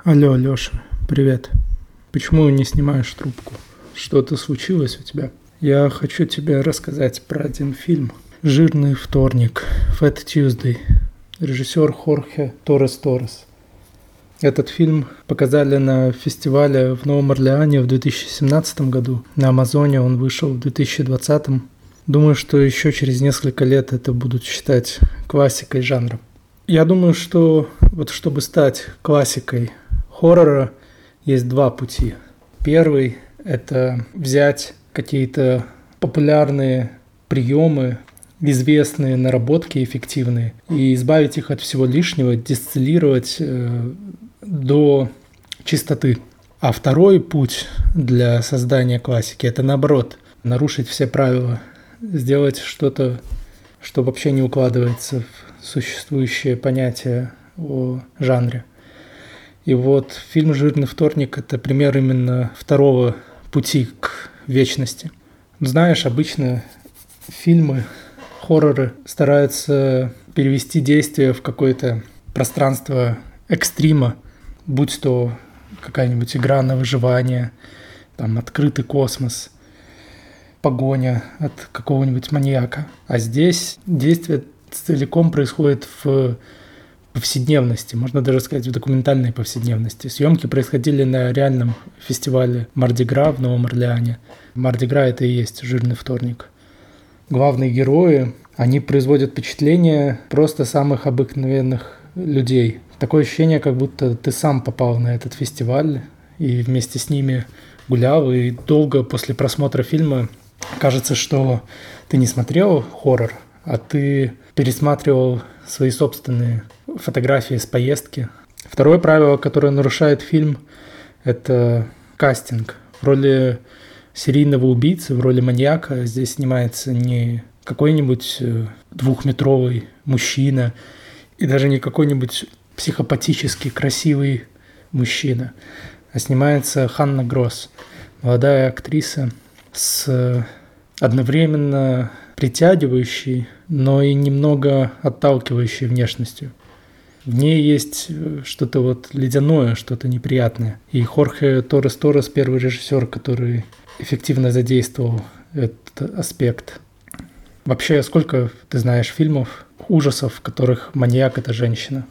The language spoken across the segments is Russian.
Алло, Лёша, привет. Почему не снимаешь трубку? Что-то случилось у тебя? Я хочу тебе рассказать про один фильм. «Жирный вторник», Fat Tuesday. Режиссер Хорхе Торрес. Этот фильм показали на фестивале в Новом Орлеане в 2017 году. На Амазоне он вышел в 2020. Думаю, что еще через несколько лет это будут считать классикой жанра. Я думаю, что вот чтобы стать классикой хоррора, есть два пути. Первый – это взять какие-то популярные приемы, известные наработки эффективные, и избавить их от всего лишнего, дистиллировать до чистоты. А второй путь для создания классики – это наоборот, нарушить все правила, сделать что-то, что вообще не укладывается в существующее понятие о жанре. И вот фильм «Жирный вторник» – это пример именно второго пути к вечности. Знаешь, обычно фильмы, хорроры стараются перевести действие в какое-то пространство экстрима, будь то какая-нибудь игра на выживание, там открытый космос, погоня от какого-нибудь маньяка. А здесь действие целиком происходит в повседневности, можно даже сказать, в документальной повседневности. Съемки происходили на реальном фестивале Марди-Гра в Новом Орлеане. Марди-Гра – это и есть «Жирный вторник». Главные герои, они производят впечатление просто самых обыкновенных людей. Такое ощущение, как будто ты сам попал на этот фестиваль и вместе с ними гулял, и долго после просмотра фильма кажется, что ты не смотрел хоррор, а ты пересматривал свои собственные фотографии с поездки. Второе правило, которое нарушает фильм, это кастинг. В роли серийного убийцы, в роли маньяка здесь снимается не какой-нибудь двухметровый мужчина и даже не какой-нибудь психопатически красивый мужчина, а снимается Ханна Гросс, молодая актриса с одновременно притягивающей, но и немного отталкивающей внешностью. В ней есть что-то вот ледяное, что-то неприятное. И Хорхе Торрес первый режиссер, который эффективно задействовал этот аспект. Вообще, сколько ты знаешь фильмов ужасов, в которых маньяк – это женщина?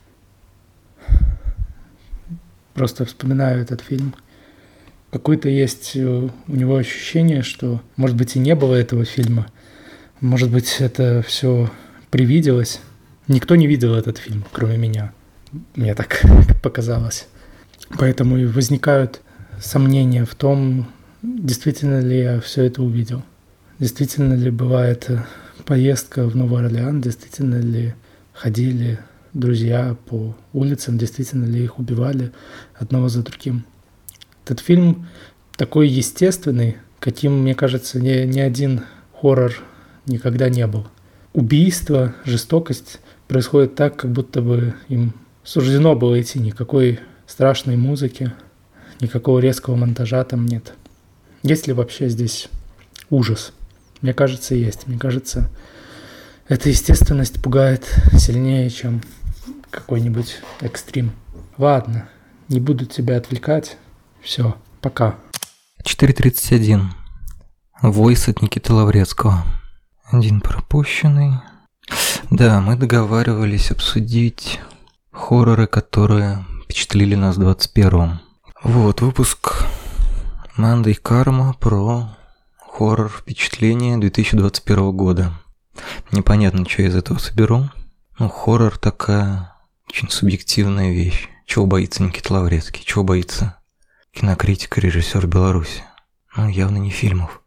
Просто вспоминаю этот фильм. Какое-то есть у него ощущение, что, может быть, и не было этого фильма. Может быть, это все привиделось. Никто не видел этот фильм, кроме меня. Мне так показалось. Поэтому и возникают сомнения в том, действительно ли я все это увидел. Действительно ли была эта поездка в Новый Орлеан, действительно ли ходили друзья по улицам, действительно ли их убивали одного за другим. Этот фильм такой естественный, каким, мне кажется, ни один хоррор никогда не был. Убийство, жестокость происходит так, как будто бы им суждено было идти. Никакой страшной музыки, никакого резкого монтажа там нет. Есть ли вообще здесь ужас? Мне кажется, есть. Мне кажется, эта естественность пугает сильнее, чем какой-нибудь экстрим. Ладно, не буду тебя отвлекать. Все, пока. 4:31. Войс от Никиты Лаврецкого. Один пропущенный. Да, мы договаривались обсудить хорроры, которые впечатлили нас в 21-м. Вот, выпуск «Манда и карма» про хоррор впечатления 2021 года. Непонятно, что я из этого соберу. Ну, хоррор такая очень субъективная вещь. Чего боится Никита Лаврецкий? Чего боится кинокритик и режиссер Беларуси? Ну, явно не фильмов.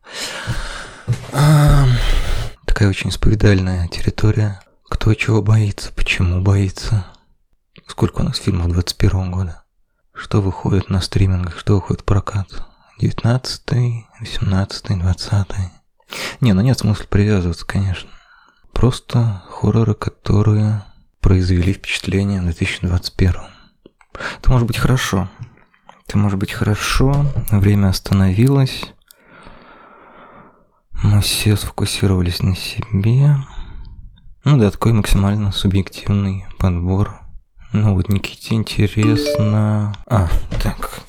Такая очень исповедальная территория. Кто чего боится, почему боится. Сколько у нас фильмов 2021 года? Что выходит на стримингах, что выходит в прокат? 19-й, 18-й, 20-й. Не, ну нет смысла привязываться, конечно. Просто хорроры, которые произвели впечатление в 2021. Это может быть хорошо. Это может быть хорошо. Время остановилось. Мы все сфокусировались на себе. Ну да, такой максимально субъективный подбор Ну вот Никите интересно... Так.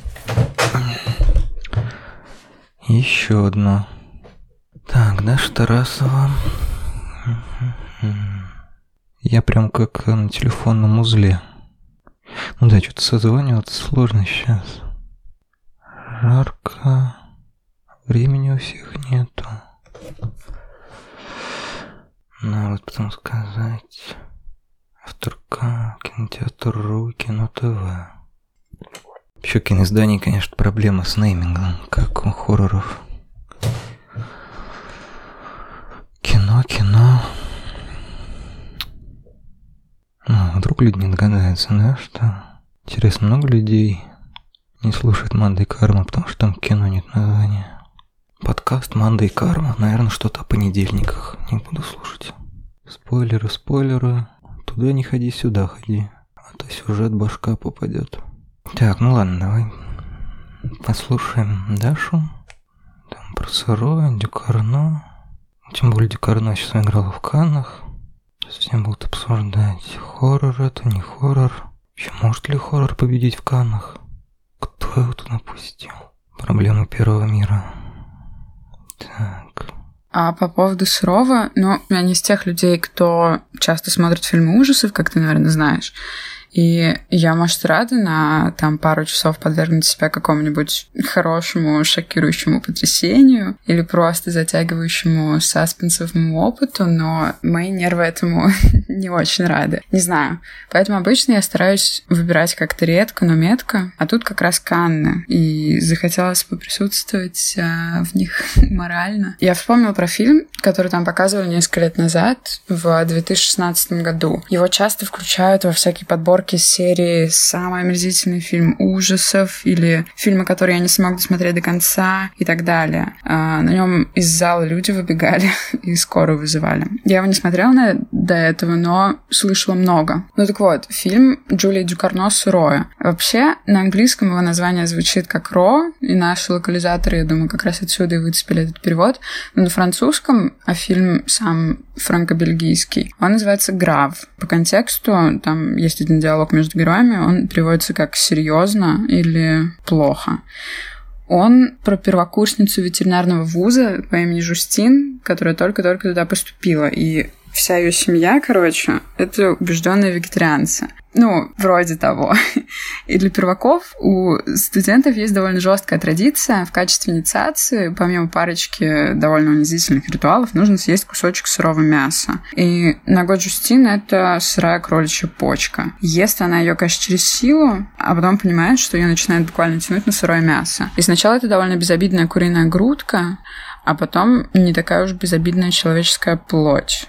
Еще одно. Так, Даша Тарасова. Я прям как на телефонном узле. Ну да, что-то созваниваться сложно сейчас. Жарко. Времени у всех нету. Ну вот потом сказать. Авторка, кинотеатр.ру, Кино ТВ. Еще киноизданий, конечно, проблема с неймингом, как у хорроров. Кино. Ну, вдруг люди не догадаются, да, что... Интересно, много людей не слушает Манда и Карма, потому что там кино нет названия. Подкаст Манда и Карма. Наверное, что-то о понедельниках. Не буду слушать. Спойлеры. Туда не ходи, сюда ходи. А то сюжет башка попадет. Так, ну ладно, давай послушаем Дашу. Там про сырое, Дюкарно. Тем более Дюкарно сейчас играла в Каннах. Всем будут обсуждать, хоррор это, не хоррор. Вообще, может ли хоррор победить в Каннах? Кто его туда пустил? Проблемы первого мира. Так. А по поводу сырого, я не из тех людей, кто часто смотрит фильмы ужасов, как ты, наверное, знаешь. И я, может, рада на пару часов подвергнуть себя какому-нибудь хорошему, шокирующему потрясению или просто затягивающему саспенсовому опыту, но мои нервы этому не очень рады. Не знаю. Поэтому обычно я стараюсь выбирать как-то редко, но метко. А тут как раз Канны. И захотелось поприсутствовать в них морально. Я вспомнила про фильм, который там показывали несколько лет назад, в 2016 году. Его часто включают во всякие подборки из серии «Самый омерзительный фильм ужасов» или фильмы, которые я не смог досмотреть до конца и так далее. На нем из зала люди выбегали и скорую вызывали. Я его не смотрела до этого, но слышала много. Ну так вот, фильм Джулии Дюкарно «Сырое». Вообще, на английском его название звучит как «Ро», и наши локализаторы, я думаю, как раз отсюда и выцепили этот перевод. Но на французском, а фильм сам франко-бельгийский, он называется «Грав». По контексту, там есть один диалог между героями, он переводится как «серьезно» или «плохо». Он про первокурсницу ветеринарного вуза по имени Жустин, которая только-только туда поступила. И вся ее семья, это убежденные вегетарианцы. Вроде того. И для перваков у студентов есть довольно жесткая традиция. В качестве инициации, помимо парочки довольно унизительных ритуалов, нужно съесть кусочек сырого мяса. И на год Жустин это сырая кроличья почка. Ест она ее, конечно, через силу, а потом понимает, что ее начинает буквально тянуть на сырое мясо. И сначала это довольно безобидная куриная грудка, а потом не такая уж безобидная человеческая плоть.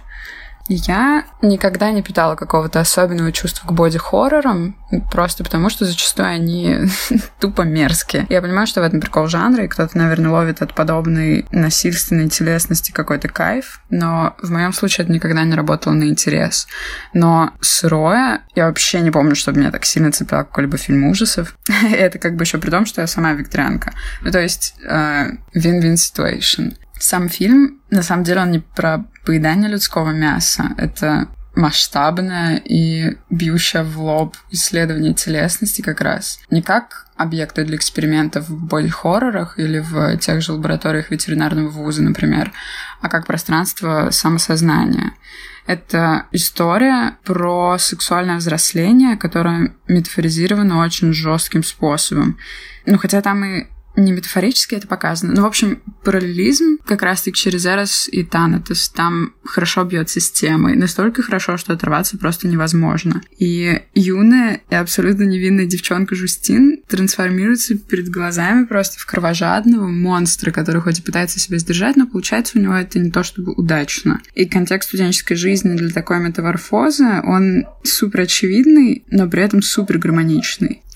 Я никогда не питала какого-то особенного чувства к боди-хоррорам, просто потому что зачастую они тупо мерзкие. Я понимаю, что в этом прикол жанра, и кто-то, наверное, ловит от подобной насильственной телесности какой-то кайф, но в моем случае это никогда не работало на интерес. Но сырое, я вообще не помню, чтобы меня так сильно цеплял какой-либо фильм ужасов. Это еще при том, что я сама вегетарианка. То есть win-win situation. Сам фильм, на самом деле, он не про поедание людского мяса. Это масштабное и бьющее в лоб исследование телесности как раз. Не как объекты для экспериментов в боди-хоррорах или в тех же лабораториях ветеринарного вуза, например, а как пространство самосознания. Это история про сексуальное взросление, которое метафоризировано очень жестким способом. Хотя там и не метафорически это показано. В общем, параллелизм как раз-таки через Эрос и Танатос там хорошо бьется с темой. Настолько хорошо, что оторваться просто невозможно. И юная и абсолютно невинная девчонка Жустин трансформируется перед глазами просто в кровожадного монстра, который хоть и пытается себя сдержать, но получается у него это не то чтобы удачно. И контекст студенческой жизни для такой метаморфозы, он супер очевидный, но при этом супер гармоничный.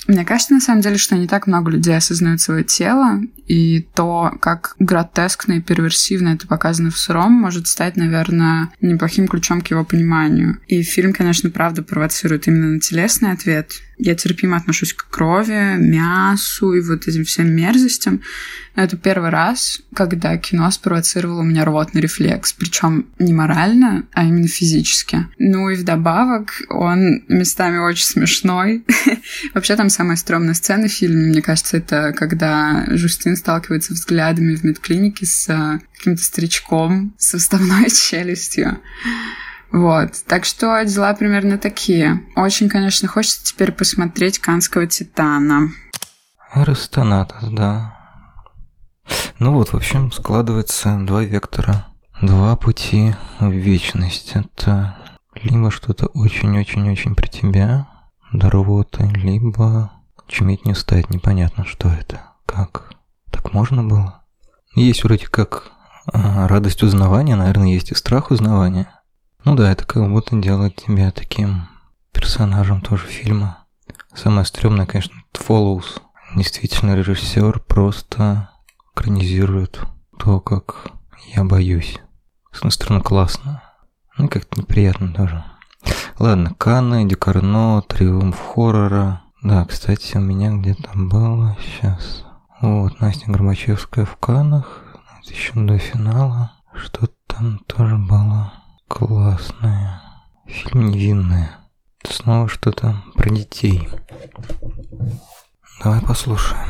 Мне кажется, на самом деле, что не так много людей осознают свое тело, и то, как гротескно и перверсивно это показано в «Сыром», может стать, наверное, неплохим ключом к его пониманию. И фильм, конечно, правда провоцирует именно на телесный ответ. Я терпимо отношусь к крови, мясу и вот этим всем мерзостям. Но это первый раз, когда кино спровоцировало у меня рвотный рефлекс. Причем не морально, а именно физически. Ну и вдобавок он местами очень смешной. Вообще там самая стрёмная сцена в фильме, мне кажется, это когда Жюстин сталкивается взглядами в медклинике с каким-то старичком со вставной челюстью. Вот. Так что дела примерно такие. Очень, конечно, хочется теперь посмотреть «Каннского Титана». Аристонатос, да. Ну вот, в общем, складывается два вектора, два пути в вечность. Это либо что-то очень-очень-очень при тебя, до рвоты, либо чуметь не встать, непонятно, что это, как. Так можно было? Есть вроде как радость узнавания, наверное, есть и страх узнавания. Ну да, это как будто делает тебя таким персонажем тоже фильма. Самое стрёмное, конечно, Follows. Действительно, режиссер просто экранизирует то, как я боюсь. С одной стороны, классно, ну и как-то неприятно тоже. Ладно, Канны, Декарно, Триумф хоррора. Да, кстати, у меня где-то было сейчас. Вот, Настя Горбачевская в Каннах. Это еще до финала. Что-то там тоже было классное. Фильм «Невинные». Это снова что-то про детей. Давай послушаем.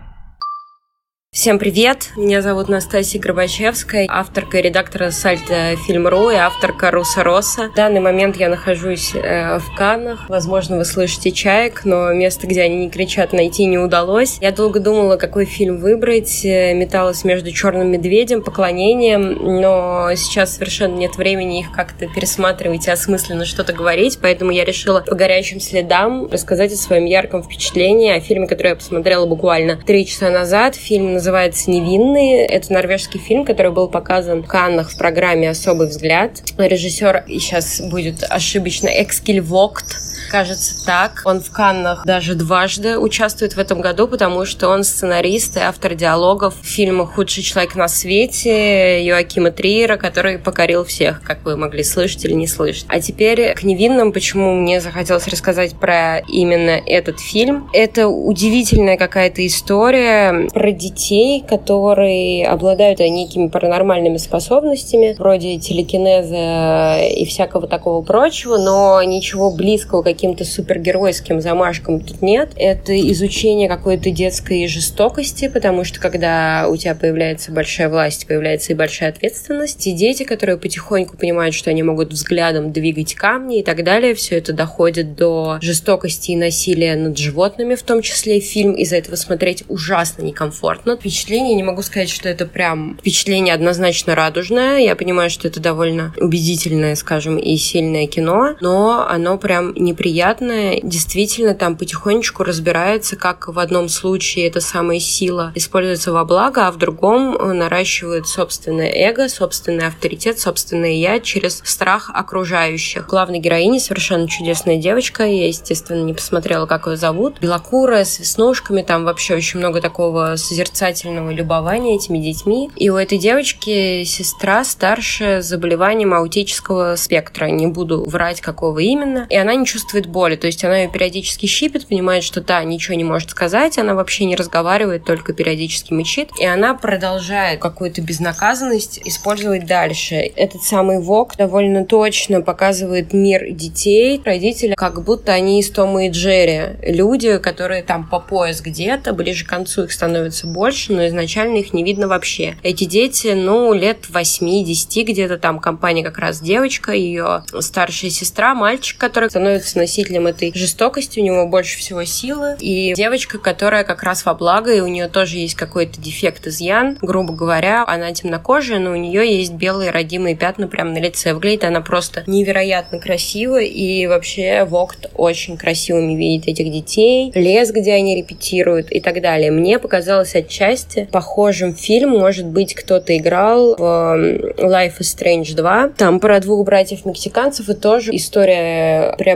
Всем привет! Меня зовут Настасья Горбачевская, авторка и редактора сайта Фильм.ру и авторка Руса Росса. В данный момент я нахожусь в Каннах. Возможно, вы слышите чаек, но место, где они не кричат, найти не удалось. Я долго думала, какой фильм выбрать. Металась между «Черным медведем», «Поклонением», но сейчас совершенно нет времени их как-то пересматривать и осмысленно что-то говорить, поэтому я решила по горячим следам рассказать о своем ярком впечатлении о фильме, который я посмотрела буквально 3 часа назад. Фильм называется «Невинные». Это норвежский фильм, который был показан в Каннах в программе «Особый взгляд». Режиссер, и сейчас будет ошибочно, Экскиль Вогт, кажется так. Он в Каннах даже дважды участвует в этом году, потому что он сценарист и автор диалогов фильма «Худший человек на свете» Йоакима Триера, который покорил всех, как вы могли слышать или не слышать. А теперь к «Невинным». Почему мне захотелось рассказать про именно этот фильм? Это удивительная какая-то история про детей, которые обладают некими паранормальными способностями, вроде телекинеза и всякого такого прочего, но ничего близкого к каким-то супергеройским замашкам тут нет. Это изучение какой-то детской жестокости, потому что когда у тебя появляется большая власть, появляется и большая ответственность, и дети, которые потихоньку понимают, что они могут взглядом двигать камни и так далее, все это доходит до жестокости и насилия над животными, в том числе фильм, из-за этого смотреть ужасно некомфортно. Впечатление, не могу сказать, что это прям впечатление однозначно радужное. Я понимаю, что это довольно убедительное, скажем, и сильное кино, но оно прям неприятное. Действительно, там потихонечку разбирается, как в одном случае эта самая сила используется во благо, а в другом наращивает собственное эго, собственный авторитет, собственное я через страх окружающих. Главной героиня совершенно чудесная девочка. Я, естественно, не посмотрела, как ее зовут. Белокурая, с веснушками. Там вообще очень много такого созерцательного любования этими детьми. И у этой девочки сестра старшая с заболеванием аутического спектра. Не буду врать, какого именно. И она не чувствует боли. То есть она ее периодически щипет, понимает, что та ничего не может сказать. Она вообще не разговаривает, только периодически мычит. И она продолжает какую-то безнаказанность использовать дальше. Этот самый Вог довольно точно показывает мир детей. Родители, как будто они из Тома и Джерри. Люди, которые там по пояс где-то, ближе к концу их становится больше, но изначально их не видно вообще. Эти дети, лет 8-10 где-то, там компания как раз девочка, ее старшая сестра, мальчик, который становится носителем этой жестокости, у него больше всего силы, и девочка, которая как раз во благо, и у нее тоже есть какой-то дефект, изъян, грубо говоря, она темнокожая, но у нее есть белые родимые пятна прямо на лице. Выглядит она просто невероятно красиво, и вообще Вогт очень красивыми видит этих детей, лес, где они репетируют и так далее. Мне показалось отчасти похожим фильм, может быть, кто-то играл в Life is Strange 2, там про 2 братьев-мексиканцев, и тоже история приобретения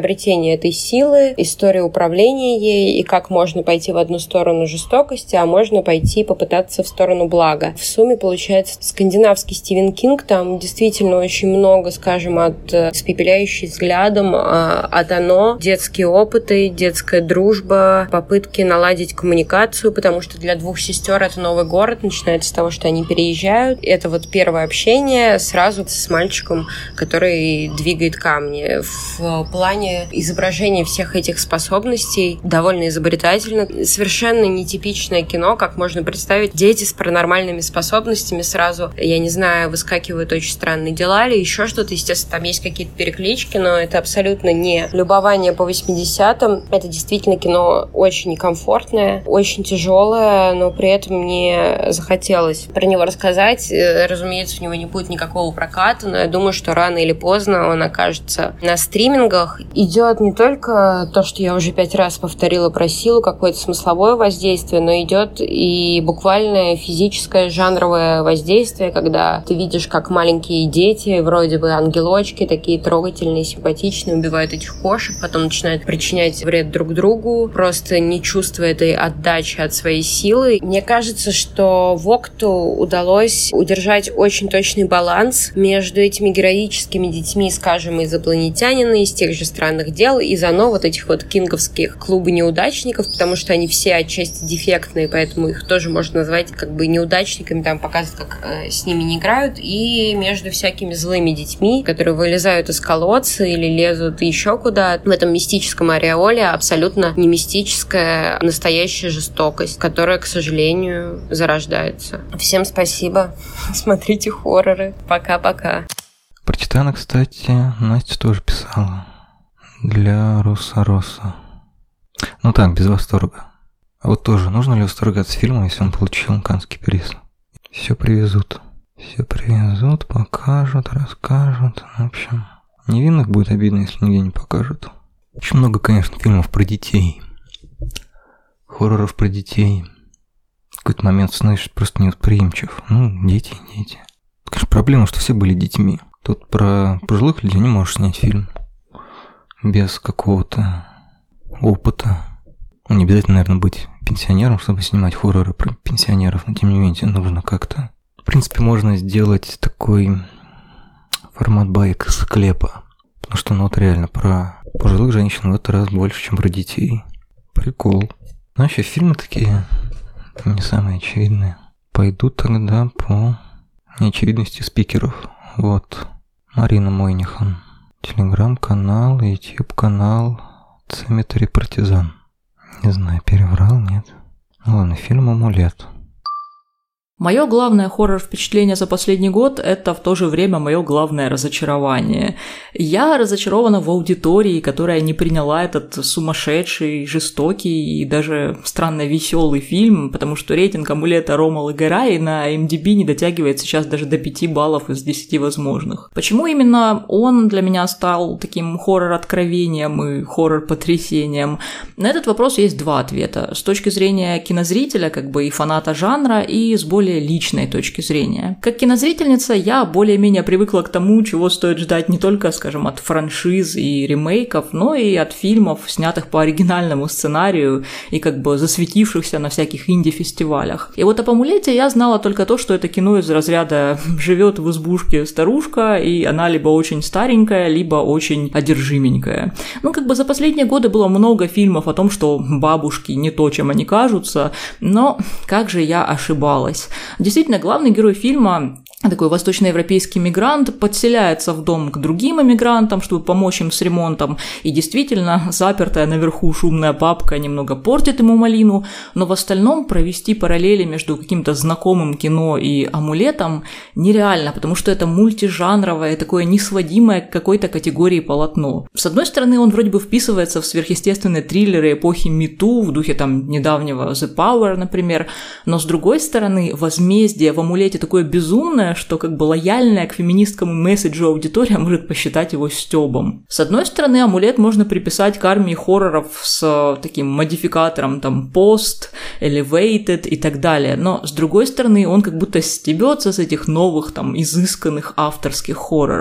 появления этой силы, история управления ей и как можно пойти в одну сторону жестокости, а можно пойти попытаться в сторону блага. В сумме получается скандинавский Стивен Кинг, там действительно очень много, скажем, от «Испепеляющий взглядом», от «Оно», детские опыты, детская дружба, попытки наладить коммуникацию, потому что для двух сестер это новый город, начинается с того, что они переезжают. Это вот первое общение сразу с мальчиком, который двигает камни. В плане изображения всех этих способностей довольно изобретательно. Совершенно нетипичное кино, как можно представить. Дети с паранормальными способностями сразу, я не знаю, выскакивают очень странные дела или еще что-то. Естественно, там есть какие-то переклички, но это абсолютно не любование по 80-м. Это действительно кино очень некомфортное, очень тяжелое, но при этом мне захотелось про него рассказать. Разумеется, у него не будет никакого проката, но я думаю, что рано или поздно он окажется на стримингах. Идет не только то, что я уже 5 раз повторила про силу, какое-то смысловое воздействие, но идет и буквальное физическое жанровое воздействие, когда ты видишь, как маленькие дети, вроде бы ангелочки, такие трогательные, симпатичные, убивают этих кошек, потом начинают причинять вред друг другу, просто не чувствуя этой отдачи от своей силы. Мне кажется, что Вокту удалось удержать очень точный баланс между этими героическими детьми, скажем, из «Инопланетянина», из тех же «Странных дел», из «Оно», вот этих вот кинговских клубы неудачников, потому что они все отчасти дефектные, поэтому их тоже можно назвать как бы неудачниками, там показывают, как с ними не играют, и между всякими злыми детьми, которые вылезают из колодца или лезут еще куда, в этом мистическом ореоле абсолютно не мистическая, настоящая жестокость, которая, к сожалению, зарождается. Всем спасибо. Смотрите хорроры. Пока-пока. Про Титана, кстати, Настя тоже писала. Для Руссо-Росса. Ну так, без восторга. А вот тоже, нужно ли восторгаться фильмом, если он получил Каннский приз? Все привезут. Все привезут, покажут, расскажут. В общем, невинных будет обидно, если нигде не покажут. Очень много, конечно, фильмов про детей. Хорроров про детей. В какой-то момент становишься просто невосприимчив. Дети. Конечно, проблема, что все были детьми. Тут про пожилых людей не можешь снять фильм без какого-то опыта. Не обязательно, наверное, быть пенсионером, чтобы снимать хорроры про пенсионеров, но тем не менее нужно как-то. В принципе, можно сделать такой формат баек из склепа, потому что вот реально про пожилых женщин в этот раз больше, чем про детей. Прикол. Ну, вообще, фильмы такие не самые очевидные. Пойду тогда по неочевидности спикеров. Вот. Марина Мойнихан. Телеграм-канал, YouTube-канал Cemetery Partizan. Не знаю, переврал, нет. Ладно, фильм «Амулет». Мое главное хоррор-впечатление за последний год – это в то же время мое главное разочарование. Я разочарована в аудитории, которая не приняла этот сумасшедший, жестокий и даже странно веселый фильм, потому что рейтинг «Амулета» Ромал и Гарай на IMDb не дотягивает сейчас даже до 5 баллов из 10 возможных. Почему именно он для меня стал таким хоррор-откровением и хоррор-потрясением? На этот вопрос есть два ответа. С точки зрения кинозрителя, как бы и фаната жанра, и с более личной точки зрения. Как кинозрительница я более-менее привыкла к тому, чего стоит ждать не только, скажем, от франшиз и ремейков, но и от фильмов, снятых по оригинальному сценарию и как бы засветившихся на всяких инди-фестивалях. И вот об «Амулете» я знала только то, что это кино из разряда «живет в избушке старушка», и она либо очень старенькая, либо очень одержименькая. Как бы за последние годы было много фильмов о том, что бабушки не то, чем они кажутся, но как же я ошибалась. Действительно, главный герой фильма, такой восточноевропейский мигрант, подселяется в дом к другим иммигрантам, чтобы помочь им с ремонтом, и действительно, запертая наверху шумная бабка немного портит ему малину, но в остальном провести параллели между каким-то знакомым кино и «Амулетом» нереально, потому что это мультижанровое, такое несводимое к какой-то категории полотно. С одной стороны, он вроде бы вписывается в сверхъестественные триллеры эпохи МeToo, в духе там недавнего The Power, например, но с другой стороны, возмездие в «Амулете» такое безумное, что как бы лояльная к феминистскому месседжу аудитория может посчитать его стёбом. С одной стороны, «Амулет» можно приписать к армии хорроров с таким модификатором там post, elevated и так далее, но с другой стороны, он как будто стебется с этих новых там изысканных авторских хорроров.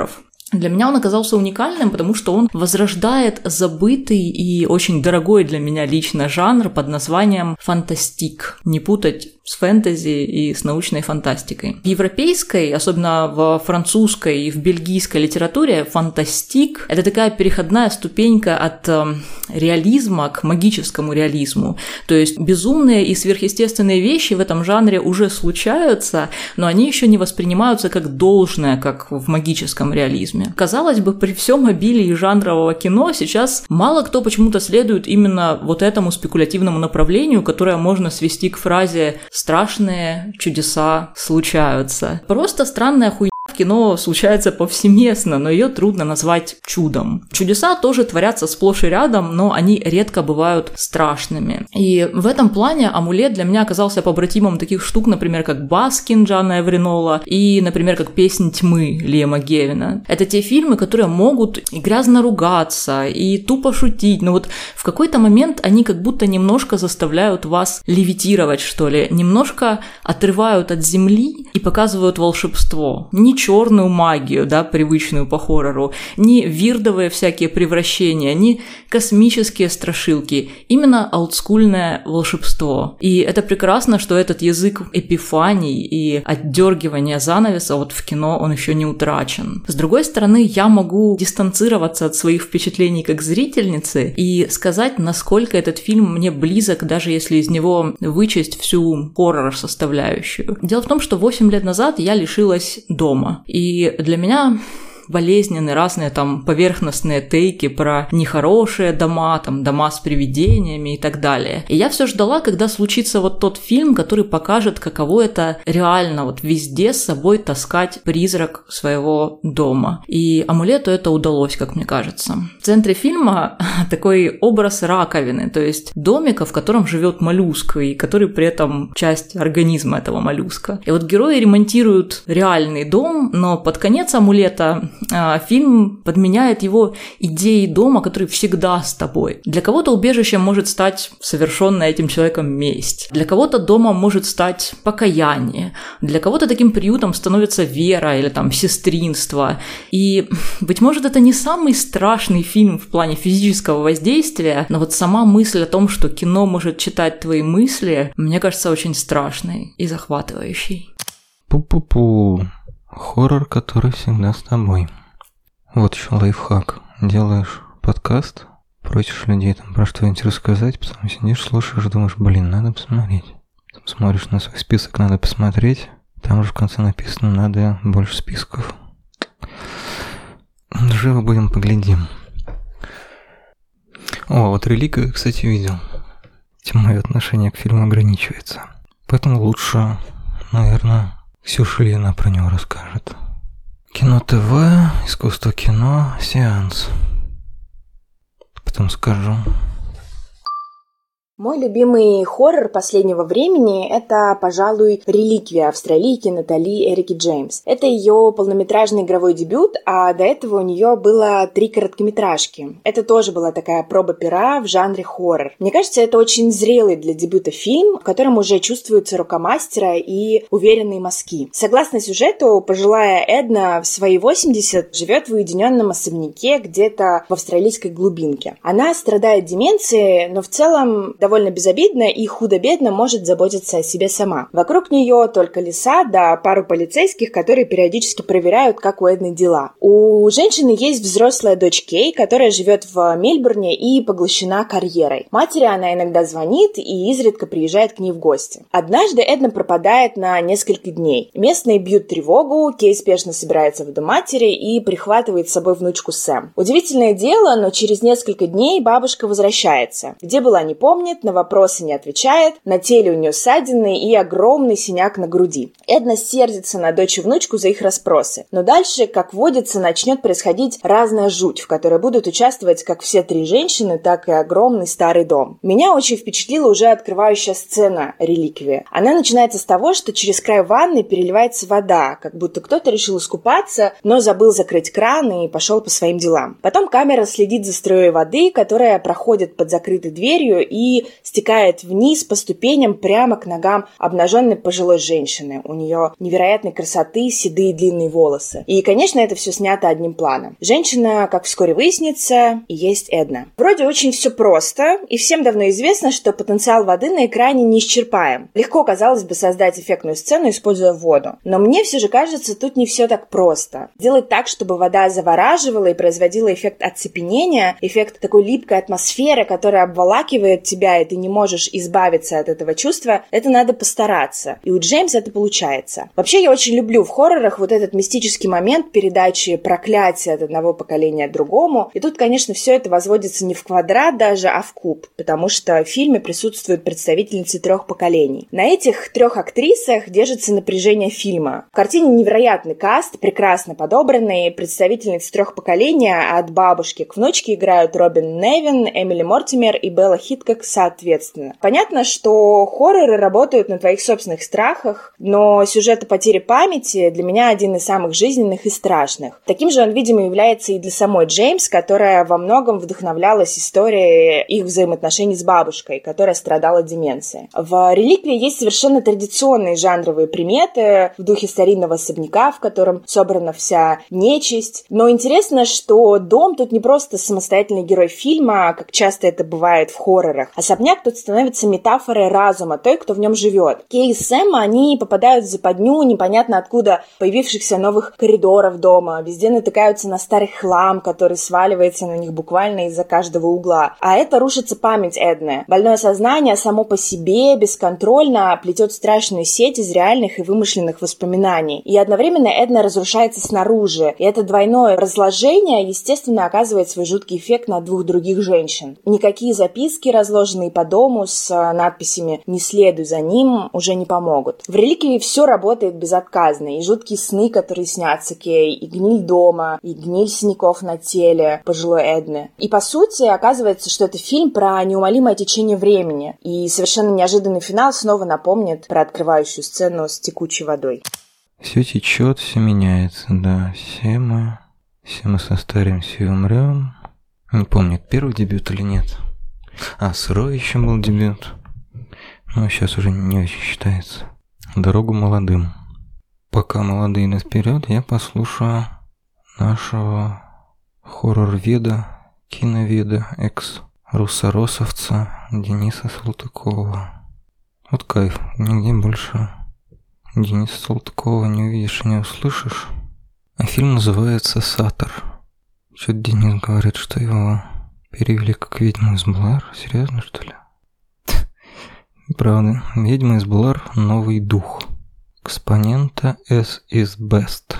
Для меня он оказался уникальным, потому что он возрождает забытый и очень дорогой для меня лично жанр под названием фантастик. Не путать с фэнтези и с научной фантастикой. В европейской, особенно в французской и в бельгийской литературе, фантастик — это такая переходная ступенька от реализма к магическому реализму. То есть безумные и сверхъестественные вещи в этом жанре уже случаются, но они еще не воспринимаются как должное, как в магическом реализме. Казалось бы, при всем обилии жанрового кино сейчас мало кто почему-то следует именно вот этому спекулятивному направлению, которое можно свести к фразе «страшные чудеса случаются». Просто странная хуйня в кино случается повсеместно, но ее трудно назвать чудом. Чудеса тоже творятся сплошь и рядом, но они редко бывают страшными. И в этом плане «Амулет» для меня оказался побратимом таких штук, например, как «Баскин» Джана Эврinola и, например, как «Песнь тьмы» Лиама Гевина. Это те фильмы, которые могут и грязно ругаться, и тупо шутить, но вот в какой-то момент они как будто немножко заставляют вас левитировать, что ли, немножко отрывают от земли и показывают волшебство. Не черную магию, да, привычную по хоррору, не вирдовые всякие превращения, не космические страшилки, именно олдскульное волшебство. И это прекрасно, что этот язык эпифаний и отдергивания занавеса вот в кино он еще не утрачен. С другой стороны, я могу дистанцироваться от своих впечатлений как зрительницы и сказать, насколько этот фильм мне близок, даже если из него вычесть всю хоррор-составляющую. Дело в том, что 8 лет назад я лишилась дома. И для меня болезненные разные там поверхностные тейки про нехорошие дома, там дома с привидениями и так далее. И я все ждала, когда случится вот тот фильм, который покажет, каково это реально вот везде с собой таскать призрак своего дома. И «Амулету» это удалось, как мне кажется. В центре фильма такой образ раковины, то есть домика, в котором живет моллюск, и который при этом часть организма этого моллюска. И вот герои ремонтируют реальный дом, но под конец «Амулета» фильм подменяет его идеей дома, который всегда с тобой. Для кого-то убежищем может стать совершенная этим человеком месть. Для кого-то домом может стать покаяние. Для кого-то таким приютом становится вера или там сестринство. И, быть может, это не самый страшный фильм в плане физического воздействия, но вот сама мысль о том, что кино может читать твои мысли, мне кажется очень страшной и захватывающей. Пу-пу-пу. Хоррор, который всегда с тобой. Вот еще лайфхак. Делаешь подкаст, просишь людей там про что-нибудь рассказать, потом сидишь, слушаешь, думаешь, блин, надо посмотреть. Потом смотришь на свой список, надо посмотреть. Там же в конце написано, надо больше списков. Живо будем, поглядим. О, вот «Реликвию», кстати, видел. Этим мое отношение к фильму ограничивается. Поэтому лучше, наверное, Ксюша Ильина про него расскажет. Кино ТВ, искусство кино, сеанс. Потом скажу. Мой любимый хоррор последнего времени – это, пожалуй, «Реликвия» австралийки Натали Эрики Джеймс. Это ее полнометражный игровой дебют, а до этого у нее было 3 короткометражки. Это тоже была такая проба пера в жанре хоррор. Мне кажется, это очень зрелый для дебюта фильм, в котором уже чувствуется рука мастера и уверенные мазки. Согласно сюжету, пожилая Эдна в свои 80 живет в уединенном особняке где-то в австралийской глубинке. Она страдает деменцией, но в целом довольно безобидно и худо-бедно может заботиться о себе сама. Вокруг нее только леса, да пару полицейских, которые периодически проверяют, как у Эдны дела. У женщины есть взрослая дочь Кей, которая живет в Мельбурне и поглощена карьерой. Матери она иногда звонит и изредка приезжает к ней в гости. Однажды Эдна пропадает на несколько дней. Местные бьют тревогу, Кей спешно собирается в дом матери и прихватывает с собой внучку Сэм. Удивительное дело, но через несколько дней бабушка возвращается. Где была, не помнит, на вопросы не отвечает, на теле у нее ссадины и огромный синяк на груди. Эдна сердится на дочь и внучку за их расспросы. Но дальше, как водится, начнет происходить разная жуть, в которой будут участвовать как все 3 женщины, так и огромный старый дом. Меня очень впечатлила уже открывающая сцена «Реликвии». Она начинается с того, что через край ванны переливается вода, как будто кто-то решил искупаться, но забыл закрыть кран и пошел по своим делам. Потом камера следит за струей воды, которая проходит под закрытой дверью и стекает вниз по ступеням прямо к ногам обнаженной пожилой женщины. У нее невероятной красоты седые длинные волосы. И, конечно, это все снято одним планом. Женщина, как вскоре выяснится, и есть Эдна. Вроде очень все просто, и всем давно известно, что потенциал воды на экране неисчерпаем. Легко, казалось бы, создать эффектную сцену, используя воду. Но мне все же кажется, тут не все так просто. Делать так, чтобы вода завораживала и производила эффект оцепенения, эффект такой липкой атмосферы, которая обволакивает тебя, и ты не можешь избавиться от этого чувства, это надо постараться. И у Джеймса это получается. Вообще, я очень люблю в хоррорах вот этот мистический момент передачи проклятия от одного поколения к другому. И тут, конечно, все это возводится не в квадрат даже, а в куб, потому что в фильме присутствуют представительницы 3 поколений. На этих 3 актрисах держится напряжение фильма. В картине невероятный каст, прекрасно подобранный, представительниц 3 поколений от бабушки к внучке играют Робин Невин, Эмили Мортимер и Белла Хиткок соответственно. Понятно, что хорроры работают на твоих собственных страхах, но сюжет о потере памяти для меня один из самых жизненных и страшных. Таким же он, видимо, является и для самой Джеймс, которая во многом вдохновлялась историей их взаимоотношений с бабушкой, которая страдала деменцией. В «Реликвии» есть совершенно традиционные жанровые приметы в духе старинного особняка, в котором собрана вся нечисть. Но интересно, что дом тут не просто самостоятельный герой фильма, как часто это бывает в хоррорах. Особняк тут становится метафорой разума той, кто в нем живет. Кей и Сэм, они попадают в западню непонятно откуда появившихся новых коридоров дома. Везде натыкаются на старый хлам, который сваливается на них буквально из-за каждого угла. А это рушится память Эдны. Больное сознание само по себе бесконтрольно плетет страшную сеть из реальных и вымышленных воспоминаний. И одновременно Эдна разрушается снаружи. И это двойное разложение, естественно, оказывает свой жуткий эффект на 2 других женщин. Никакие записки, разложенные по дому с надписями «Не следуй за ним», уже не помогут. В «Реликвии» все работает безотказно. И жуткие сны, которые снятся Кей, и гниль дома, и гниль синяков на теле пожилой Эдны. И по сути оказывается, что это фильм про неумолимое течение времени. И совершенно неожиданный финал снова напомнит про открывающую сцену с текучей водой. Все течет, все меняется, да. Все мы состаримся и умрем. Не помню, первый дебют или нет. Сырой еще был дебют. Но сейчас уже не очень считается. Дорогу молодым. Пока молодые идут вперед, я послушаю нашего хоррор-веда, киноведа, экс-руссоросовца Дениса Салтыкова. Вот кайф, нигде больше Дениса Салтыкова не увидишь и не услышишь. А фильм называется «Сатор». Что-то Денис говорит, что его перевели как «Ведьму из Блэр». Серьезно, что ли? Правда, «Ведьма из Блэр. Новый дух». Экспонента S is best.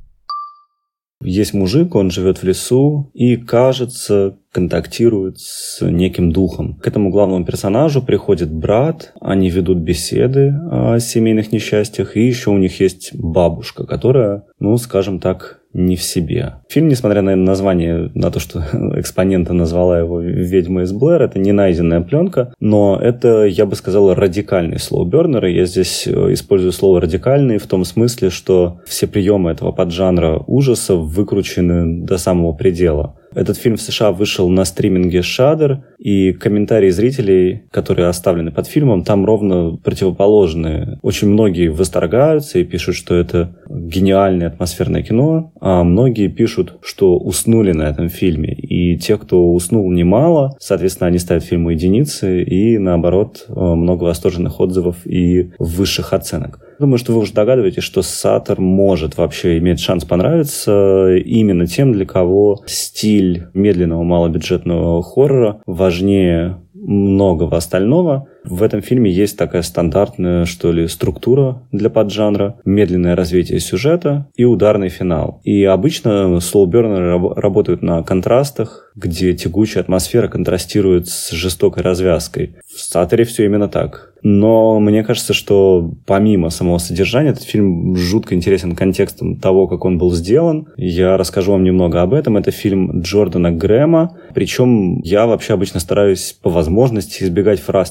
Есть мужик, он живет в лесу и, кажется, контактирует с неким духом. К этому главному персонажу приходит брат, они ведут беседы о семейных несчастьях, и еще у них есть бабушка, которая, скажем так, не в себе. Фильм, несмотря на название, на то, что экспонента назвала его «Ведьма из Блэр», это не найденная пленка, но это, я бы сказал, радикальный слоубернер, и я здесь использую слово «радикальный» в том смысле, что все приемы этого поджанра ужаса выкручены до самого предела. Этот фильм в США вышел на стриминге Shudder, и комментарии зрителей, которые оставлены под фильмом, там ровно противоположные. Очень многие восторгаются и пишут, что это гениальное атмосферное кино, а многие пишут, что уснули на этом фильме. И те, кто уснул, немало, соответственно, они ставят фильму единицы, и наоборот, много восторженных отзывов и высших оценок. Думаю, что вы уже догадываетесь, что «Сатор» может вообще иметь шанс понравиться именно тем, для кого стиль медленного малобюджетного хоррора важнее многого остального. В этом фильме есть такая стандартная, что ли, структура для поджанра, медленное развитие сюжета и ударный финал. И обычно слоубернеры работают на контрастах, где тягучая атмосфера контрастирует с жестокой развязкой. В «Саторе» все именно так. Но мне кажется, что помимо самого содержания, этот фильм жутко интересен контекстом того, как он был сделан. Я расскажу вам немного об этом. Это фильм Джордана Грэма. Причем я вообще обычно стараюсь по возможности избегать фраз типа «фильм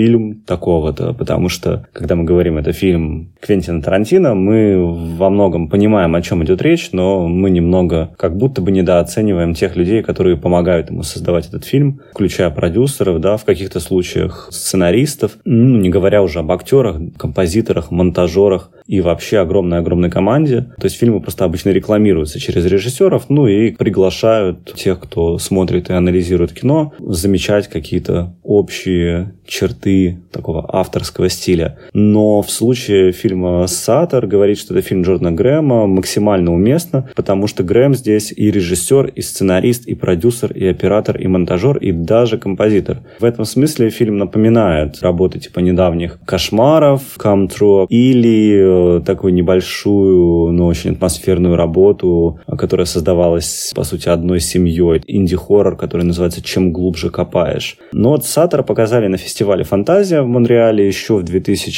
фильм такого-то, потому что, когда мы говорим, это фильм Квентина Тарантино, мы во многом понимаем, о чем идет речь, но мы немного как будто бы недооцениваем тех людей, которые помогают ему создавать этот фильм, включая продюсеров, да, в каких-то случаях сценаристов, не говоря уже об актерах, композиторах, монтажерах и вообще огромной-огромной команде. То есть фильмы просто обычно рекламируются через режиссеров, и приглашают тех, кто смотрит и анализирует кино, замечать какие-то общие черты такого авторского стиля. Но в случае фильма «Саттер» говорить, что это фильм Джордана Грэма, максимально уместно, потому что Грэм здесь и режиссер, и сценарист, и продюсер, и оператор, и монтажер, и даже композитор. В этом смысле фильм напоминает работы типа недавних «Кошмаров», «Come True» или такую небольшую, но очень атмосферную работу, которая создавалась, по сути, одной семьей. Инди-хоррор, который называется «Чем глубже копаешь». Но вот «Саттера» показали на фестивале «Фантазия» в Монреале еще в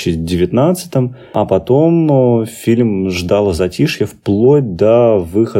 2019-м, а потом фильм ждало затишье вплоть до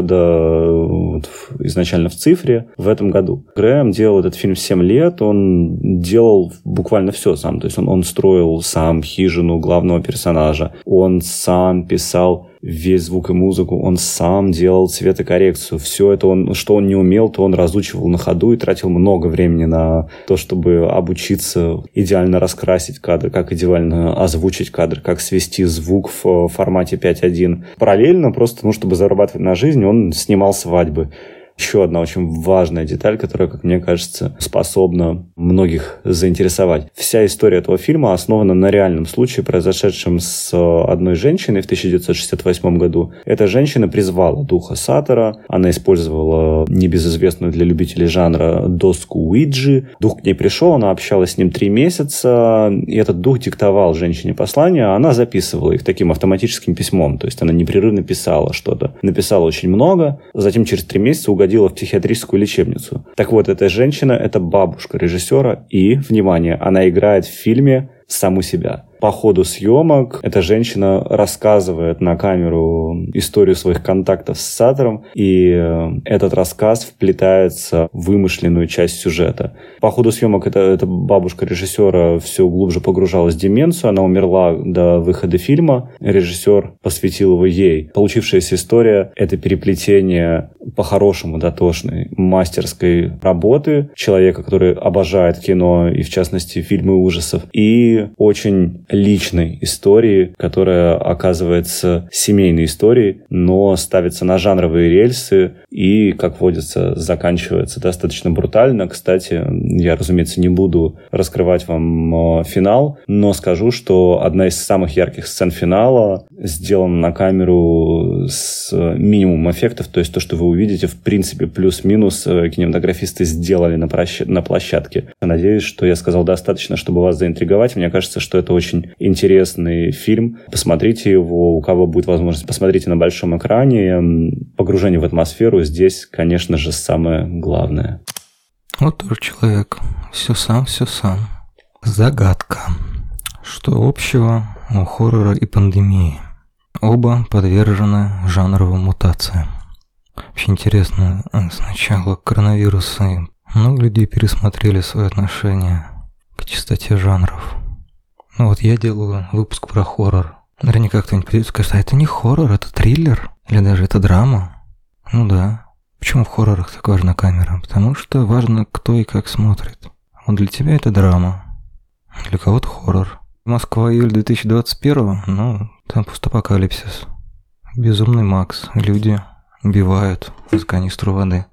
выхода изначально в цифре в этом году. Грэм делал этот фильм 7 лет, он делал буквально все сам. То есть он строил сам хижину главного персонажа, он сам писал весь звук и музыку, он сам делал цветокоррекцию. Все это что он не умел, то он разучивал на ходу и тратил много времени на то, чтобы обучиться идеально раскрасить кадр, как идеально озвучить кадр, как свести звук в формате 5.1. Параллельно, просто, чтобы зарабатывать на жизнь, он снимал свадьбы. Еще одна очень важная деталь, которая, как мне кажется, способна многих заинтересовать. Вся история этого фильма основана на реальном случае, произошедшем с одной женщиной в 1968 году. Эта женщина призвала духа Саттера, она использовала небезызвестную для любителей жанра доску Уиджи. Дух к ней пришел, она общалась с ним 3 месяца, и этот дух диктовал женщине послания, а она записывала их таким автоматическим письмом, то есть она непрерывно писала что-то. Написала очень много, затем через 3 месяца угодила в психиатрическую лечебницу. Так вот, эта женщина – это бабушка режиссера, и, внимание, она играет в фильме саму себя. По ходу съемок эта женщина рассказывает на камеру историю своих контактов с Саттером, и этот рассказ вплетается в вымышленную часть сюжета. По ходу съемок эта бабушка режиссера все глубже погружалась в деменцию, она умерла до выхода фильма, режиссер посвятил его ей. Получившаяся история – это переплетение по-хорошему дотошной мастерской работы человека, который обожает кино и, в частности, фильмы ужасов, и очень личной истории, которая оказывается семейной историей, но ставится на жанровые рельсы и, как водится, заканчивается достаточно брутально. Кстати, я, разумеется, не буду раскрывать вам финал, но скажу, что одна из самых ярких сцен финала сделана на камеру с минимумом эффектов, то есть то, что вы увидите, в принципе, плюс-минус кинематографисты сделали на площадке. Надеюсь, что я сказал достаточно, чтобы вас заинтриговать. Мне кажется, что это очень интересный фильм. Посмотрите его, у кого будет возможность, посмотрите на большом экране. Погружение в атмосферу здесь, конечно же, самое главное. Вот тоже человек. Все сам. Загадка. Что общего у хоррора и пандемии? Оба подвержены жанровым мутациям. Вообще интересно, сначала коронавирусы. Много людей пересмотрели свои отношения к частоте жанров. Вот я делаю выпуск про хоррор. Наверняка кто-нибудь придет и скажет, а это не хоррор, это триллер. Или даже это драма. Ну да. Почему в хоррорах так важна камера? Потому что важно, кто и как смотрит. Вот для тебя это драма. Для кого-то хоррор. Москва, июль 2021, там постапокалипсис. Безумный Макс. Люди убивают из канистру воды.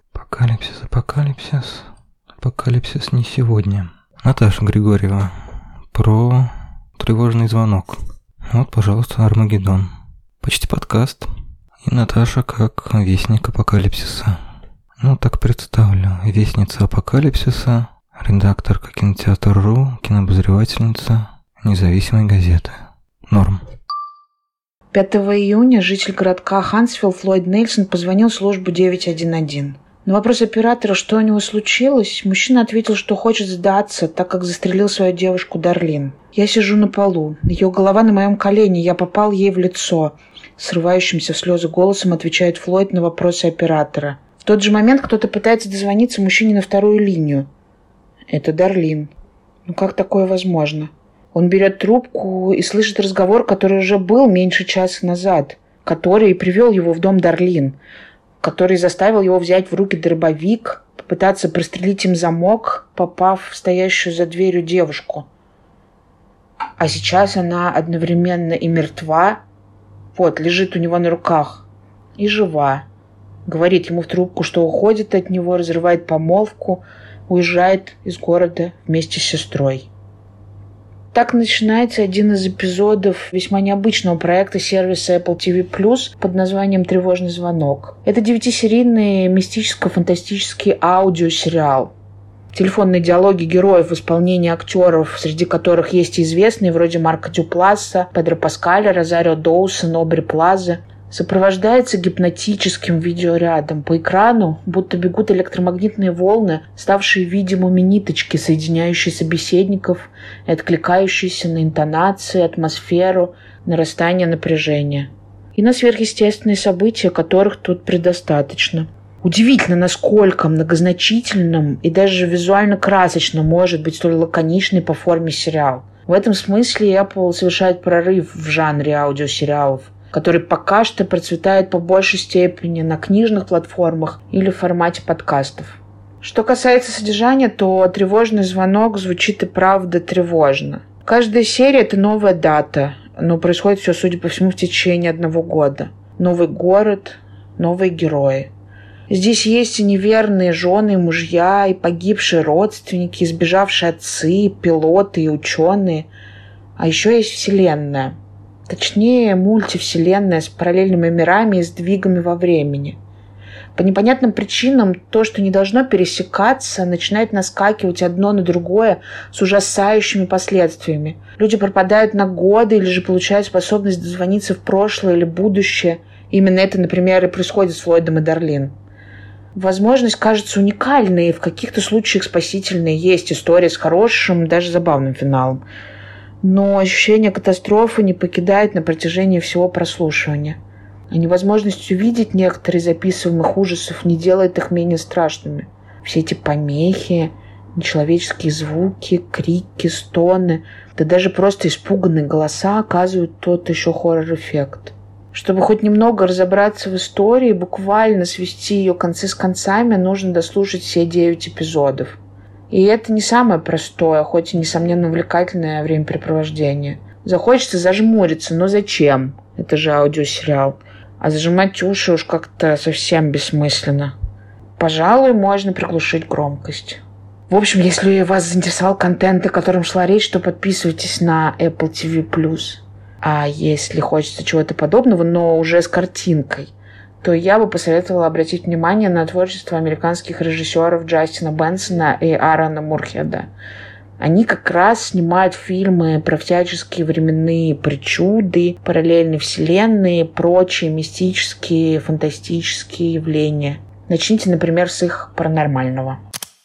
Апокалипсис не сегодня. Наташа Григорьева. Про тревожный звонок. Вот, пожалуйста, Армагеддон. Почти подкаст. И Наташа как вестник апокалипсиса. Так представлю. Вестница апокалипсиса, редакторка кинотеатр.ру, кинообозревательница независимой газеты. Норм. 5 июня житель городка Хансвилл Флойд Нельсон позвонил в службу 911. На вопрос оператора, что у него случилось, мужчина ответил, что хочет сдаться, так как застрелил свою девушку Дарлин. «Я сижу на полу. Ее голова на моем колене. Я попал ей в лицо», — срывающимся в слезы голосом отвечает Флойд на вопросы оператора. В тот же момент кто-то пытается дозвониться мужчине на вторую линию. Это Дарлин. Как такое возможно? Он берет трубку и слышит разговор, который уже был меньше часа назад, который привел его в дом Дарлин, который заставил его взять в руки дробовик, попытаться прострелить им замок, попав в стоящую за дверью девушку. А сейчас она одновременно и мертва, вот, лежит у него на руках, и жива. Говорит ему в трубку, что уходит от него, разрывает помолвку, уезжает из города вместе с сестрой. Так начинается один из эпизодов весьма необычного проекта сервиса Apple TV+, под названием «Тревожный звонок». Это 9-серийный мистическо-фантастический аудиосериал. Телефонные диалоги героев в исполнении актеров, среди которых есть и известные, вроде Марка Дюпласса, Педро Паскаля, Розарио Доусон, Обри Плаза, сопровождается гипнотическим видеорядом. По экрану будто бегут электромагнитные волны, ставшие видимыми ниточки, соединяющие собеседников и откликающиеся на интонации, атмосферу, нарастание напряжения. И на сверхъестественные события, которых тут предостаточно. Удивительно, насколько многозначительным и даже визуально красочным может быть столь лаконичный по форме сериал. В этом смысле Apple совершает прорыв в жанре аудиосериалов, который пока что процветает по большей степени на книжных платформах или в формате подкастов. Что касается содержания, то «Тревожный звонок» звучит и правда тревожно. Каждая серия – это новая дата, но происходит все, судя по всему, в течение 1 года. Новый город, новые герои. Здесь есть и неверные жены, и мужья, и погибшие родственники, и сбежавшие отцы, пилоты и ученые. А еще есть вселенная. Точнее, мультивселенная с параллельными мирами и сдвигами во времени. По непонятным причинам то, что не должно пересекаться, начинает наскакивать одно на другое с ужасающими последствиями. Люди пропадают на годы или же получают способность дозвониться в прошлое или будущее. Именно это, например, и происходит с Флойдом и Дарлин. Возможность кажется уникальной, и в каких-то случаях спасительной. Есть история с хорошим, даже забавным финалом. Но ощущение катастрофы не покидает на протяжении всего прослушивания. А невозможность увидеть некоторые записываемых ужасов не делает их менее страшными. Все эти помехи, нечеловеческие звуки, крики, стоны, да даже просто испуганные голоса оказывают тот еще хоррор-эффект. Чтобы хоть немного разобраться в истории, буквально свести ее концы с концами, нужно дослушать все 9 эпизодов. И это не самое простое, хоть и, несомненно, увлекательное времяпрепровождение. Захочется зажмуриться, но зачем? Это же аудиосериал. А зажимать уши уж как-то совсем бессмысленно. Пожалуй, можно приглушить громкость. В общем, если вас заинтересовал контент, о котором шла речь, то подписывайтесь на Apple TV+. А если хочется чего-то подобного, но уже с картинкой, то я бы посоветовала обратить внимание на творчество американских режиссеров Джастина Бенсона и Аарона Мурхеда. Они как раз снимают фильмы про всяческие временные причуды, параллельные вселенные, прочие мистические, фантастические явления. Начните, например, с их «Паранормального».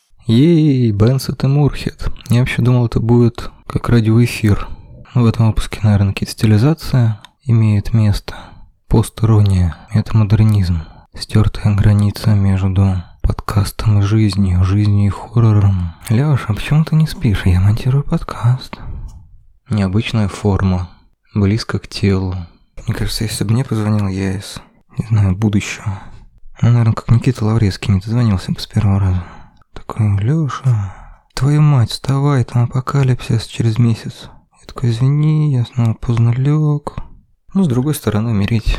Ей, Бенсон и Мурхед. Я вообще думал, это будет как радиоэфир. В этом выпуске, наверное, какие-то стилизации имеют место. Пост-ирония – это модернизм. Стертая граница между подкастом и жизнью и хоррором. Лёш, а почему ты не спишь? Я монтирую подкаст. Необычная форма, близко к телу. Мне кажется, если бы мне позвонил я из, не знаю, будущего, наверное, как Никита Лаврецкий не дозвонился бы с первого раза. Такой: Лёша, твою мать, вставай, там апокалипсис через месяц. Я такой: извини, я снова поздно лег. Ну, с другой стороны, умереть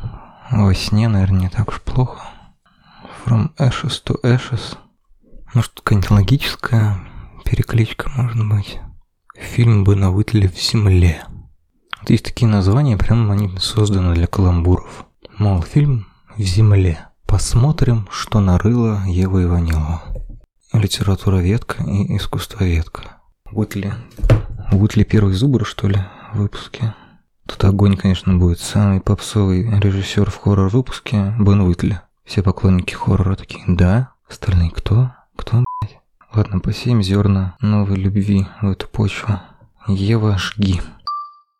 во сне, наверное, не так уж плохо. From ashes to ashes. Может, какая-нибудь логическая перекличка, может быть. Фильм бы на вытле в земле. Вот есть такие названия, прям они созданы для каламбуров. Мол, фильм в земле. Посмотрим, что нарыла Ева Иванилова. Литературоведка и искусствоведка. Уитли первый зубр, что ли, в выпуске? Тут огонь, конечно, будет. Самый попсовый режиссер в хоррор-выпуске Бен Уитли. Все поклонники хоррора такие: да? Остальные кто? Кто, блядь? Ладно, посеем зерна новой любви в эту почву. Ева, жги.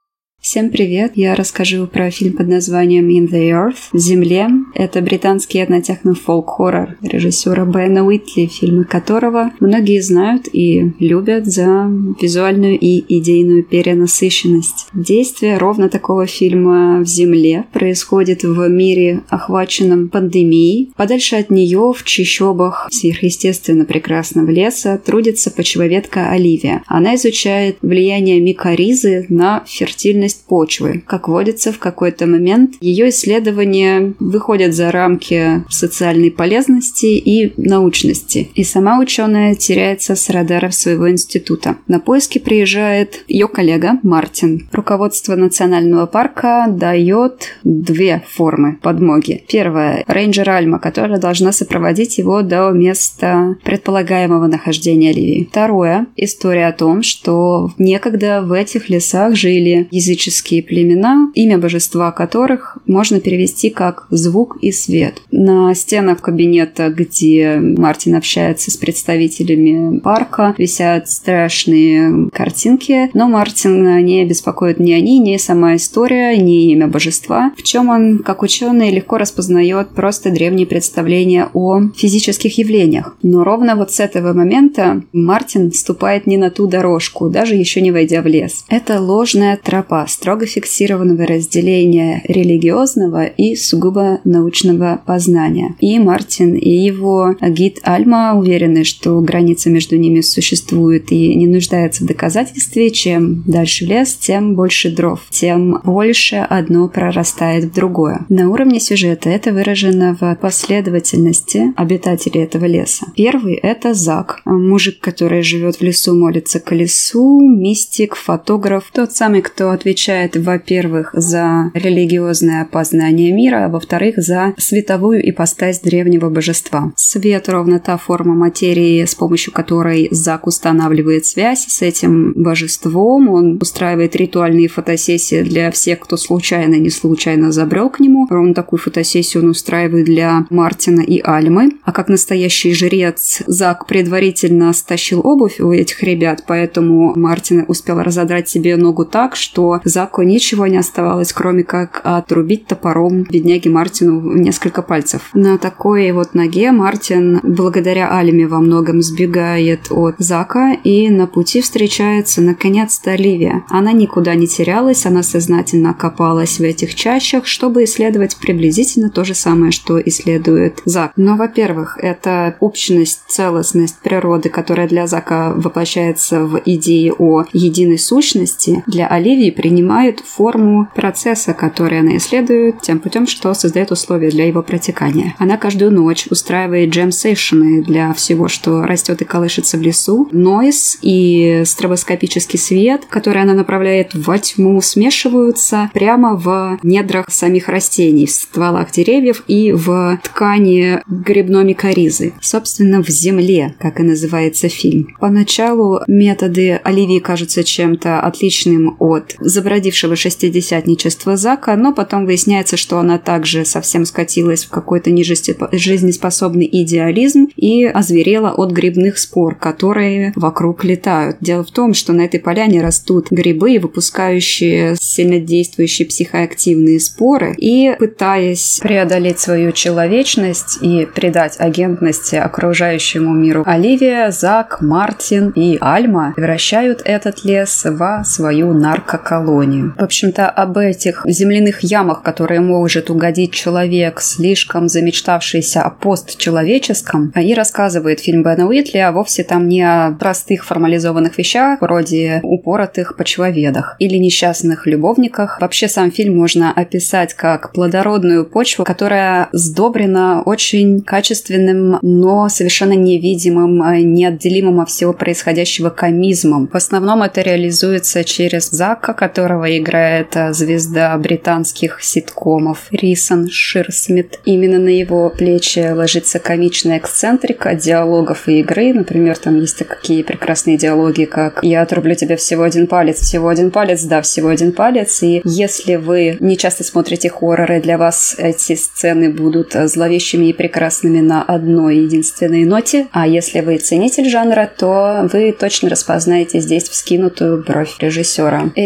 Всем привет! Я расскажу про фильм под названием In the Earth, в земле. Это британский этнотехно-фолк-хоррор режиссера Бена Уитли, фильмы которого многие знают и любят за визуальную и идейную перенасыщенность. Действие ровно такого фильма в земле происходит в мире, охваченном пандемией. Подальше от нее, в чащобах сверхъестественно прекрасного леса, трудится почвоведка Оливия. Она изучает влияние микоризы на фертильность почвы. Как водится, в какой-то момент ее исследования выходят за рамки социальной полезности и научности. И сама ученая теряется с радаров своего института. На поиски приезжает ее коллега Мартин. Руководство национального парка дает две формы подмоги. Первая – рейнджер Альма, которая должна сопроводить его до места предполагаемого нахождения Оливии. Второе – история о том, что некогда в этих лесах жили языческие племена, имя божества которых можно перевести как «звук и свет». На стенах кабинета, где Мартин общается с представителями парка, висят страшные картинки, но Мартина не беспокоит ни они, ни сама история, ни имя божества, в чем он, как ученый, легко распознает просто древние представления о физических явлениях. Но ровно вот с этого момента Мартин ступает не на ту дорожку, даже еще не войдя в лес. Это ложная тропа строго фиксированного разделения религиозного и сугубо научного познания. И Мартин, и его гид Альма уверены, что граница между ними существует и не нуждается в доказательстве. Чем дальше в лес, тем больше дров, тем больше одно прорастает в другое. На уровне сюжета это выражено в последовательности обитателей этого леса. Первый – это Зак, мужик, который живет в лесу, молится колесу, мистик, фотограф, тот самый, кто отвечает, во-первых, за религиозное познание мира, а во-вторых, за световую ипостась древнего божества. Свет – ровно та форма материи, с помощью которой Зак устанавливает связь с этим божеством. Он устраивает ритуальные фотосессии для всех, кто случайно и не случайно забрел к нему. Ровно такую фотосессию он устраивает для Мартина и Альмы. А как настоящий жрец, Зак предварительно стащил обувь у этих ребят, поэтому Мартин успел разодрать себе ногу так, что Заку ничего не оставалось, кроме как отрубить топором бедняге Мартину несколько пальцев. На такой вот ноге Мартин, благодаря Альме, во многом сбегает от Зака, и на пути встречается наконец-то Оливия. Она никуда не терялась, она сознательно копалась в этих чащах, чтобы исследовать приблизительно то же самое, что исследует Зак. Но, во-первых, это общность, целостность природы, которая для Зака воплощается в идее о единой сущности, для Оливии принимает форму процесса, который она исследует тем путем, что создает условия для его протекания. Она каждую ночь устраивает джем-сейшены для всего, что растет и колышется в лесу. Нойз и стробоскопический свет, который она направляет во тьму, смешиваются прямо в недрах самих растений, в стволах деревьев и в ткани грибной микоризы. Собственно, в земле, как и называется фильм. Поначалу методы Оливии кажутся чем-то отличным от забродившего шестидесятничества Зака, но потом выясняется, что она также совсем скатилась в какой-то жизнеспособный идеализм и озверела от грибных спор, которые вокруг летают. Дело в том, что на этой поляне растут грибы, выпускающие сильнодействующие психоактивные споры, и, пытаясь преодолеть свою человечность и придать агентности окружающему миру, Оливия, Зак, Мартин и Альма превращают этот лес во свою наркоколонию. В общем-то, об этих земляных ямах, которые может угодить человек, слишком замечтавшийся о постчеловеческом, и рассказывает фильм Бена Уитли, а вовсе там не о простых формализованных вещах, вроде упоротых почвоведах или несчастных любовниках. Вообще, сам фильм можно описать как плодородную почву, которая сдобрена очень качественным, но совершенно невидимым, неотделимым от всего происходящего комизмом. В основном это реализуется через Зака, которого играет звезда британских ситкомов Рисон Ширсмит. Именно на его плечи ложится комичная эксцентрика диалогов и игры. Например, там есть такие прекрасные диалоги, как «Я отрублю тебе всего один палец, да, всего один палец». И если вы не часто смотрите хорроры, для вас эти сцены будут зловещими и прекрасными на одной единственной ноте. А если вы ценитель жанра, то вы точно распознаете здесь вскинутую бровь режиссера. Этим, собственно,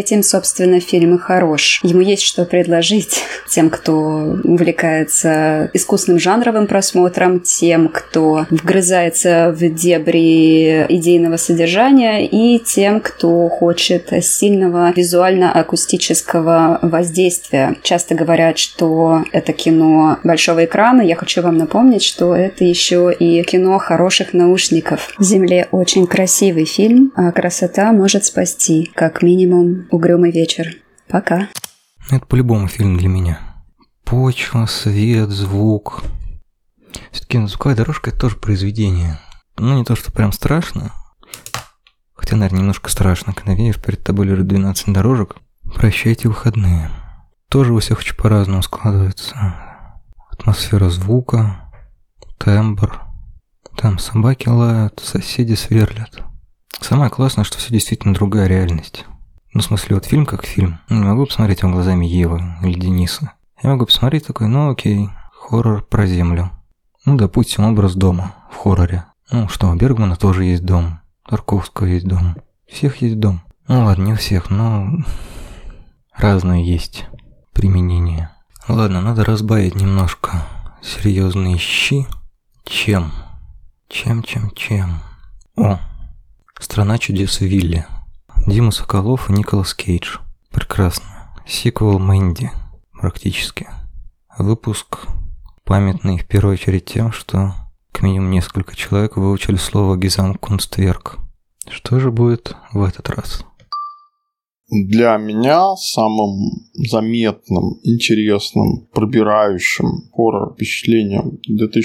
художественно фильм и хорош. Ему есть что предложить тем, кто увлекается искусным жанровым просмотром, тем, кто вгрызается в дебри идейного содержания, и тем, кто хочет сильного визуально-акустического воздействия. Часто говорят, что это кино большого экрана. Я хочу вам напомнить, что это еще и кино хороших наушников. «В земле» очень красивый фильм, а красота может спасти, как минимум, угрюмый вечер. Пока. Это по-любому фильм для меня. Почва, свет, звук. Все-таки звуковая дорожка – это тоже произведение. Ну, не то, что прям страшно. Хотя, наверное, немножко страшно, когда видишь, перед тобой лежит 12 дорожек. Прощайте выходные. Тоже у всех очень по-разному складывается. Атмосфера звука, тембр. Там собаки лают, соседи сверлят. Самое классное, что все действительно другая реальность. Ну, в смысле, вот фильм как фильм. Не могу посмотреть его глазами Евы или Дениса. Я могу посмотреть такой, ну окей, хоррор про землю. Ну, допустим, образ дома в хорроре. Ну что, у Бергмана тоже есть дом. Тарковского есть дом. У всех есть дом. Ну ладно, не у всех, но разные есть применения. Ладно, надо разбавить немножко серьезные щи. Чем? О, «Страна чудес Вилли». Дима Соколов и Николас Кейдж. Прекрасно. Сиквел Мэнди. Практически. Выпуск памятный в первую очередь тем, что как минимум несколько человек выучили слово «Гезамткунстверк». Что же будет в этот раз? Для меня самым заметным, интересным, пробирающим хоррор впечатлением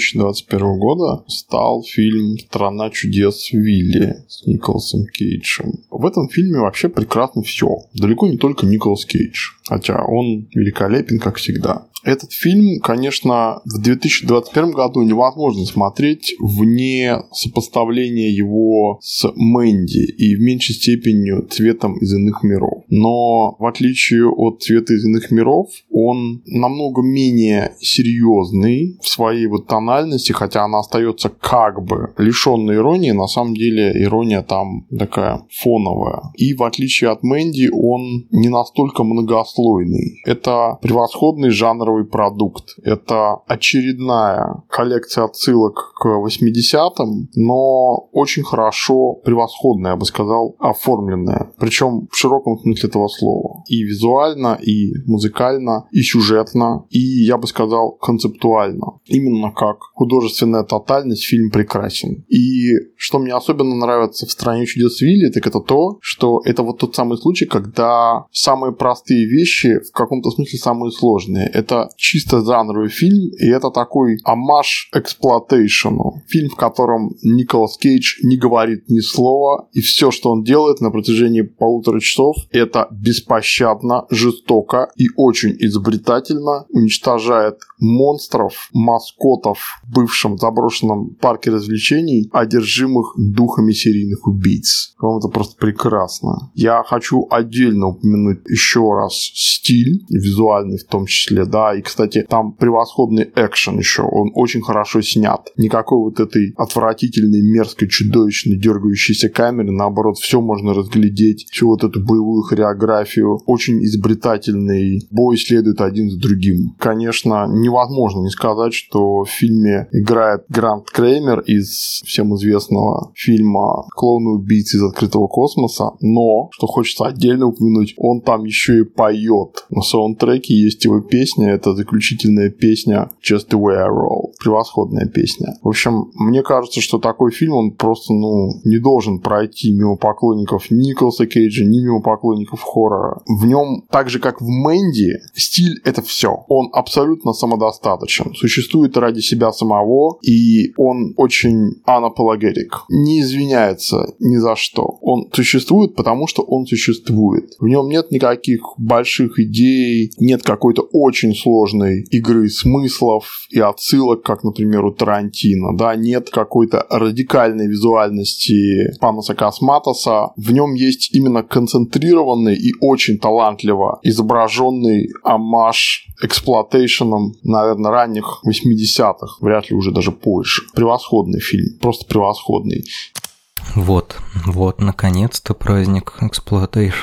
2021 года стал фильм «Страна чудес Вилли» с Николасом Кейджем. В этом фильме вообще прекрасно все. Далеко не только Николас Кейдж, хотя он великолепен, как всегда. Этот фильм, конечно, в 2021 году невозможно смотреть вне сопоставления его с Мэнди и в меньшей степени «Цветом из иных миров». Но в отличие от «Цвета из иных миров», он намного менее серьезный в своей вот тональности, хотя она остается как бы лишенной иронии, на самом деле ирония там такая фоновая. И в отличие от Мэнди, он не настолько многослойный. Это превосходный жанровый продукт. Это очередная коллекция отсылок к 80-м, но очень хорошо, превосходная, я бы сказал, оформленная. Причем в широком смысле этого слова. И визуально, и музыкально, и сюжетно, и, я бы сказал, концептуально. Именно как художественная тотальность фильм прекрасен. И что мне особенно нравится в «Стране чудес Вилли», так это то, что это вот тот самый случай, когда самые простые вещи в каком-то смысле самые сложные. Это чисто жанровый фильм, и это такой оммаж эксплуатейшену. Фильм, в котором Николас Кейдж не говорит ни слова, и все, что он делает на протяжении 1,5 часов, это беспощадно, жестоко и очень изобретательно уничтожает монстров, маскотов в бывшем заброшенном парке развлечений, одержимых духами серийных убийц. По-моему, это просто прекрасно. Я хочу отдельно упомянуть еще раз стиль, визуальный в том числе, да, и, кстати, там превосходный экшен еще, он очень хорошо снят. Никакой вот этой отвратительной, мерзкой, чудовищной, дергающейся камеры, наоборот, все можно разглядеть, всю вот эту боевую хореографию, очень изобретательный бой следует один за другим. Конечно, невозможно не сказать, что в фильме играет Грант Креймер из всем известного фильма «Клоуны-убийцы из открытого космоса», но, что хочется отдельно упомянуть, он там еще и поет. На саундтреке есть его песня, это заключительная песня «Just the way I roll». Превосходная песня. В общем, мне кажется, что такой фильм, он просто, не должен пройти мимо поклонников Николаса Кейджа, ни мимо поклонников хоррора. В нем, так же как в Мэнди, стиль — это все. Он абсолютно самодостаточен. Существует ради себя самого, и он очень unapologetic. Не извиняется ни за что. Он существует, потому что он существует. В нем нет никаких больших идей, нет какой-то очень сложной игры смыслов и отсылок, как, например, у Тарантино. Да, нет какой-то радикальной визуальности Паноса Косматоса. В нем есть именно концентрированный и очень талантливо изображенный оммаж эксплуатейшеном, наверное, ранних 80-х, вряд ли уже даже позже. Превосходный фильм, просто превосходный. Вот, наконец-то праздник эксплуатейшена.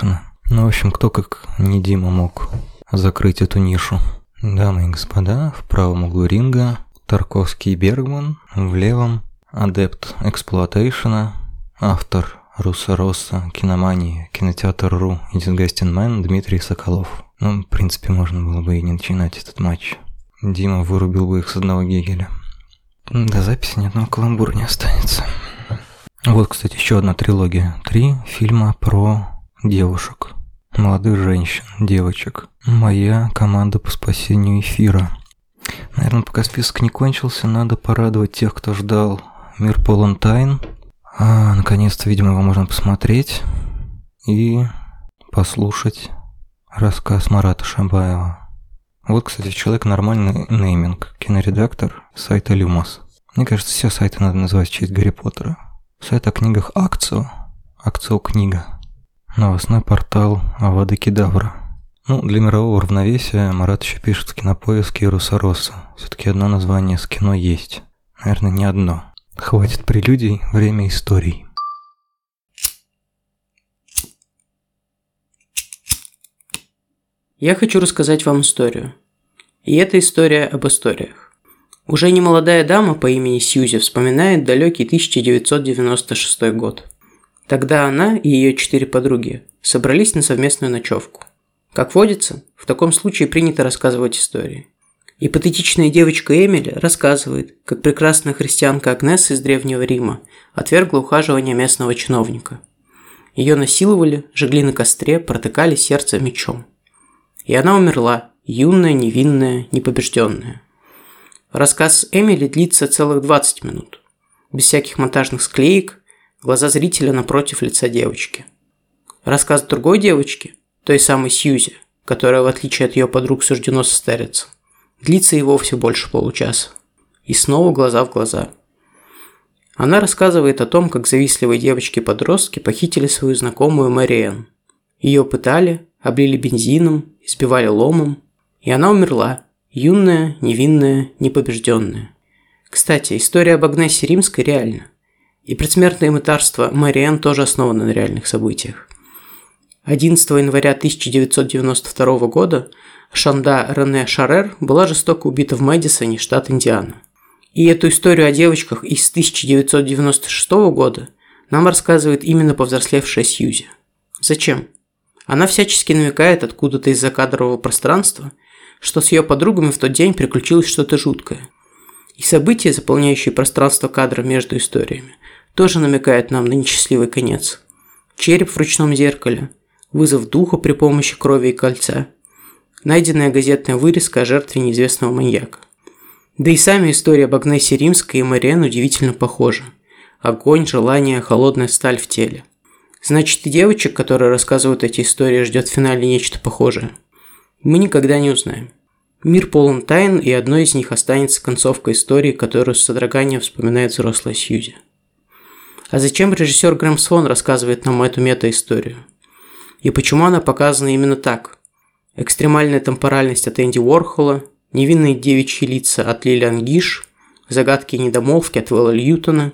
Ну, в общем, кто как не Дима мог закрыть эту нишу. Дамы и господа, в правом углу ринга Тарковский и Бергман, в левом адепт эксплуатейшена, автор Руссо Росса, Киномании, Кинотеатр.ру и Disgusting Man Дмитрий Соколов. Ну, в принципе, можно было бы и не начинать этот матч. Дима вырубил бы их с одного гегеля. До записи ни одного каламбура не останется. Вот, кстати, еще одна трилогия. 3 фильма про девушек. Молодых женщин, девочек. Моя команда по спасению эфира. Наверное, пока список не кончился, надо порадовать тех, кто ждал «Мир полон тайн». Наконец-то, видимо, его можно посмотреть и послушать рассказ Марата Шабаева. Вот, кстати, человек нормальный нейминг. Киноредактор сайта Люмос. Мне кажется, все сайты надо называть в честь Гарри Поттера. Сайт о книгах Акцио. Акцио книга. Новостной портал Авада Кедавра. Ну, для мирового равновесия Марат еще пишет в Кинопоиске и Руссо Росса. Все-таки одно название с кино есть. Наверное, не одно. Хватит прелюдий, время историй. Я хочу рассказать вам историю. И это история об историях. Уже немолодая дама по имени Сьюзи вспоминает далекий 1996 год. Тогда она и ее 4 подруги собрались на совместную ночевку. Как водится, в таком случае принято рассказывать истории. И патетичная девочка Эмили рассказывает, как прекрасная христианка Агнесса из Древнего Рима отвергла ухаживание местного чиновника. Ее насиловали, жгли на костре, протыкали сердце мечом. И она умерла, юная, невинная, непобежденная. Рассказ Эмили длится целых 20 минут. Без всяких монтажных склеек, глаза зрителя напротив лица девочки. Рассказ другой девочки, той самой Сьюзи, которая, в отличие от ее подруг, суждено состариться, длится и вовсе больше получаса. И снова глаза в глаза. Она рассказывает о том, как завистливые девочки-подростки похитили свою знакомую Мэриэн. Ее пытали, облили бензином, избивали ломом, и она умерла, юная, невинная, непобежденная. Кстати, история об Агнессе Римской реальна. И предсмертное мытарство Мэриэн тоже основано на реальных событиях. 11 января 1992 года Шанда Рене Шарер была жестоко убита в Мэдисоне, штат Индиана. И эту историю о девочках из 1996 года нам рассказывает именно повзрослевшая Сьюзи. Зачем? Она всячески намекает откуда-то из закадрового пространства, что с ее подругами в тот день приключилось что-то жуткое. И события, заполняющие пространство кадра между историями, тоже намекают нам на несчастливый конец. Череп в ручном зеркале, вызов духа при помощи крови и кольца, найденная газетная вырезка о жертве неизвестного маньяка. Да и сами истории об Агнессе Римской и Мэриэн удивительно похожи. Огонь, желание, холодная сталь в теле. Значит, и девочек, которые рассказывают эти истории, ждет в финале нечто похожее. Мы никогда не узнаем. Мир полон тайн, и одной из них останется концовка истории, которую с содроганием вспоминает взрослая Сьюзи. А зачем режиссер Грэм Свон рассказывает нам эту мета-историю? И почему она показана именно так? Экстремальная темпоральность от Энди Уорхола, невинные девичьи лица от Лилиан Гиш, загадки и недомолвки от Уэлла Льютона.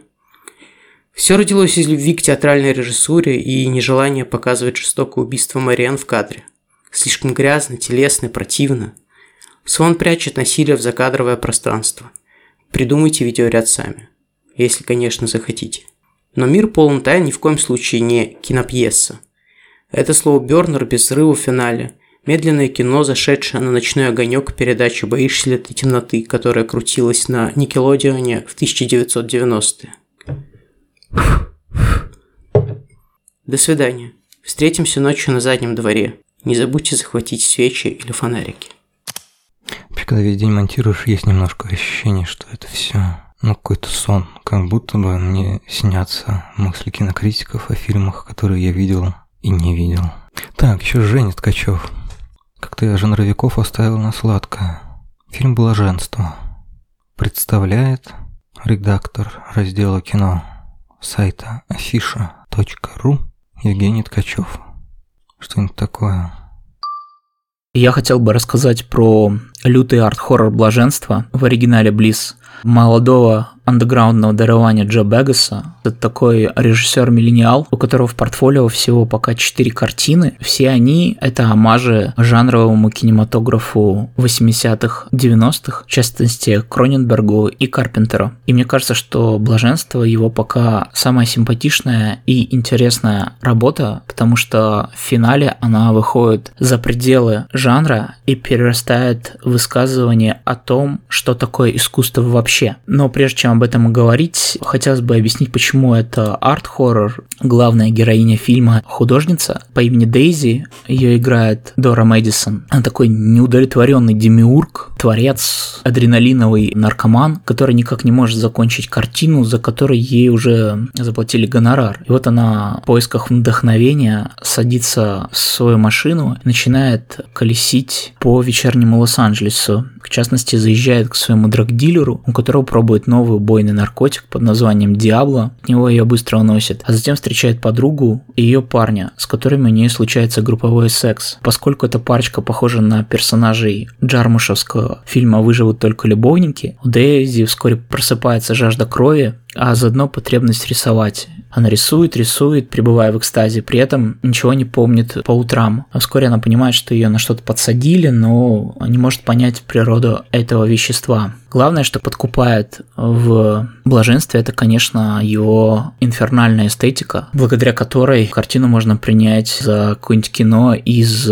Все родилось из любви к театральной режиссуре и нежелания показывать жестокое убийство Мэриэн в кадре. Слишком грязно, телесно, противно. Свон прячет насилие в закадровое пространство. Придумайте видеоряд сами. Если, конечно, захотите. Но «Мир полон тайн» ни в коем случае не кинопьеса. Это слово Бёрнер без взрыва в финале. Медленное кино, зашедшее на ночной огонек передачи «Боишься ли ты темноты», которая крутилась на Никелодеоне в 1990-е. До свидания. Встретимся ночью на заднем дворе. Не забудьте захватить свечи или фонарики. Когда весь день монтируешь, есть немножко ощущение, что это все какой-то сон. Как будто бы мне снятся мысли кинокритиков о фильмах, которые я видел и не видел. Так, еще Женя Ткачев. Как-то я жанровиков оставил на сладкое. Фильм «Блаженство» представляет редактор раздела кино сайта afisha.ru Евгений Ткачев. Что-нибудь такое. Я хотел бы рассказать про лютый арт-хоррор «Блаженство», в оригинале «Блисс», молодого андеграундного дарования Джо Бегаса. Это такой режиссер-миллениал, у которого в портфолио всего пока 4 картины. Все они — это омажи жанровому кинематографу 80-х, 90-х, в частности, Кроненбергу и Карпентеру. И мне кажется, что «Блаженство» его пока самая симпатичная и интересная работа, потому что в финале она выходит за пределы жанра и перерастает в высказывание о том, что такое искусство вообще. Но прежде чем об этом говорить, хотелось бы объяснить, почему это арт-хоррор. Главная героиня фильма — художница по имени Дейзи, ее играет Дора Мэдисон. Она такой неудовлетворенный демиург, творец, адреналиновый наркоман, который никак не может закончить картину, за которой ей уже заплатили гонорар. И вот она в поисках вдохновения садится в свою машину и начинает колесить по вечернему Лос-Анджелесу. В частности, заезжает к своему драгдилеру, у которого пробует новый убойный наркотик под названием Диабло. От него ее быстро уносит. А затем встречает подругу и ее парня, с которыми у нее случается групповой секс. Поскольку эта парочка похожа на персонажей джармушевского фильма «Выживут только любовники», у Дейзи вскоре просыпается жажда крови, а заодно потребность рисовать. Она рисует, пребывая в экстазе, при этом ничего не помнит по утрам. А вскоре она понимает, что ее на что-то подсадили, но не может понять природу этого вещества. Главное, что подкупает в «Блаженстве», это, конечно, его инфернальная эстетика, благодаря которой картину можно принять за какое-нибудь кино из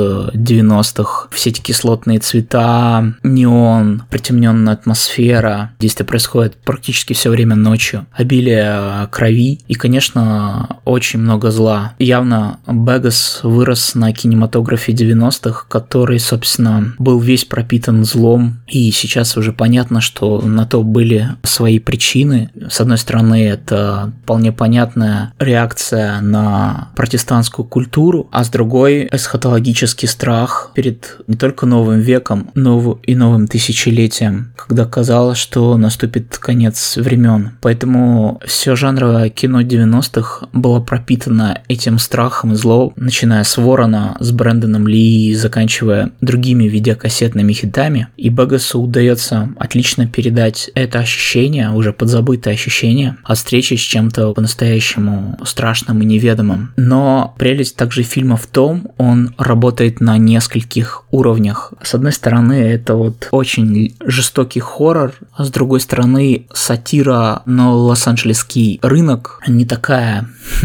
90-х. Все эти кислотные цвета, неон, притемненная атмосфера. Действие происходит практически все время ночью. Обилие крови и, конечно, очень много зла. Явно Бегас вырос на кинематографе 90-х, который, собственно, был весь пропитан злом. И сейчас уже понятно, что на то были свои причины. С одной стороны, это вполне понятная реакция на протестантскую культуру, а с другой — эсхатологический страх перед не только новым веком, но и новым тысячелетием, когда казалось, что наступит конец времен. Поэтому все жанровое кино 90-х было пропитано этим страхом и злом, начиная с «Ворона», с Брэндоном Ли и заканчивая другими видеокассетными хитами. И Бегасу удается отлично передать это ощущение, уже подзабытое ощущение от встречи с чем-то по-настоящему страшным и неведомым. Но прелесть также фильма в том, он работает на нескольких уровнях. С одной стороны, это вот очень жестокий хоррор, а с другой стороны, сатира на лос-анджелесский рынок, не такая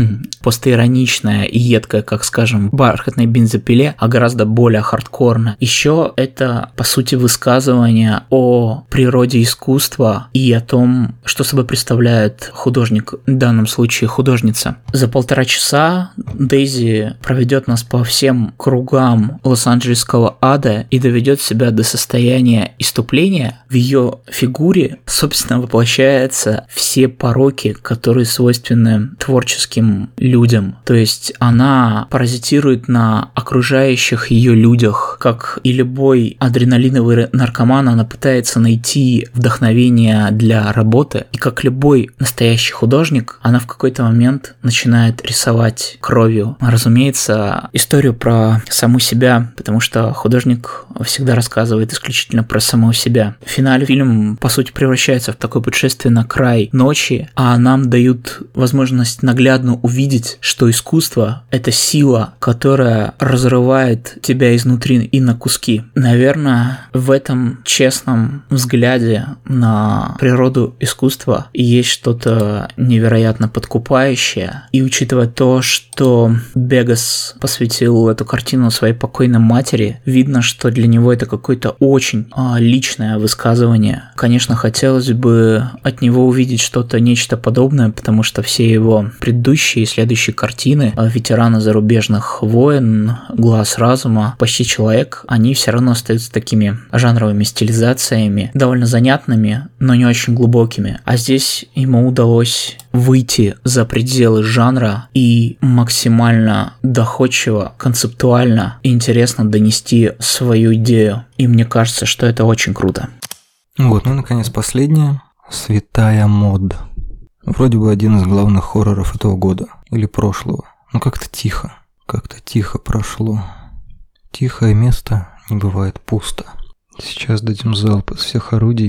постироничная и едкая, как, скажем, в «Бархатной бензопиле», а гораздо более хардкорная. Еще это, по сути, высказывание о природе искусства и о том, что собой представляет художник, в данном случае художница. За 1,5 часа Дейзи проведет нас по всем кругам лос-анджелесского ада и доведет себя до состояния исступления. В ее фигуре, собственно, воплощаются все пороки, которые свойственны творческим людям. То есть она паразитирует на окружающих ее людях. Как и любой адреналиновый наркоман, она пытается найти вдохновение для работы. И как любой настоящий художник, она в какой-то момент начинает рисовать кровью. Разумеется, историю про саму себя, потому что художник всегда рассказывает исключительно про самого себя. В финале фильм, по сути, превращается в такое путешествие на край ночи, а нам дают возможность наглядно увидеть, что искусство — это сила, которая разрывает тебя изнутри и на куски. Наверное, в этом честном взгляде на природу искусства есть что-то невероятно подкупающее. И учитывая то, что Бегас посвятил эту картину своей покойной матери, видно, что для него это какое-то очень личное высказывание. Конечно, хотелось бы от него увидеть нечто подобное, потому что все его предыдущие и следующие картины ветерана зарубежных войн, «Глаз разума», «Почти человек», они все равно остаются такими жанровыми стилизациями, довольно занятными, но не очень глубокими. А здесь ему удалось выйти за пределы жанра и максимально доходчиво, концептуально и интересно донести свою идею. И мне кажется, что это очень круто. Вот, ну и наконец последнее. «Святая мод». Вроде бы один из главных хорроров этого года или прошлого. Но как-то тихо прошло. Тихое место не бывает пусто. Сейчас дадим залп из всех орудий,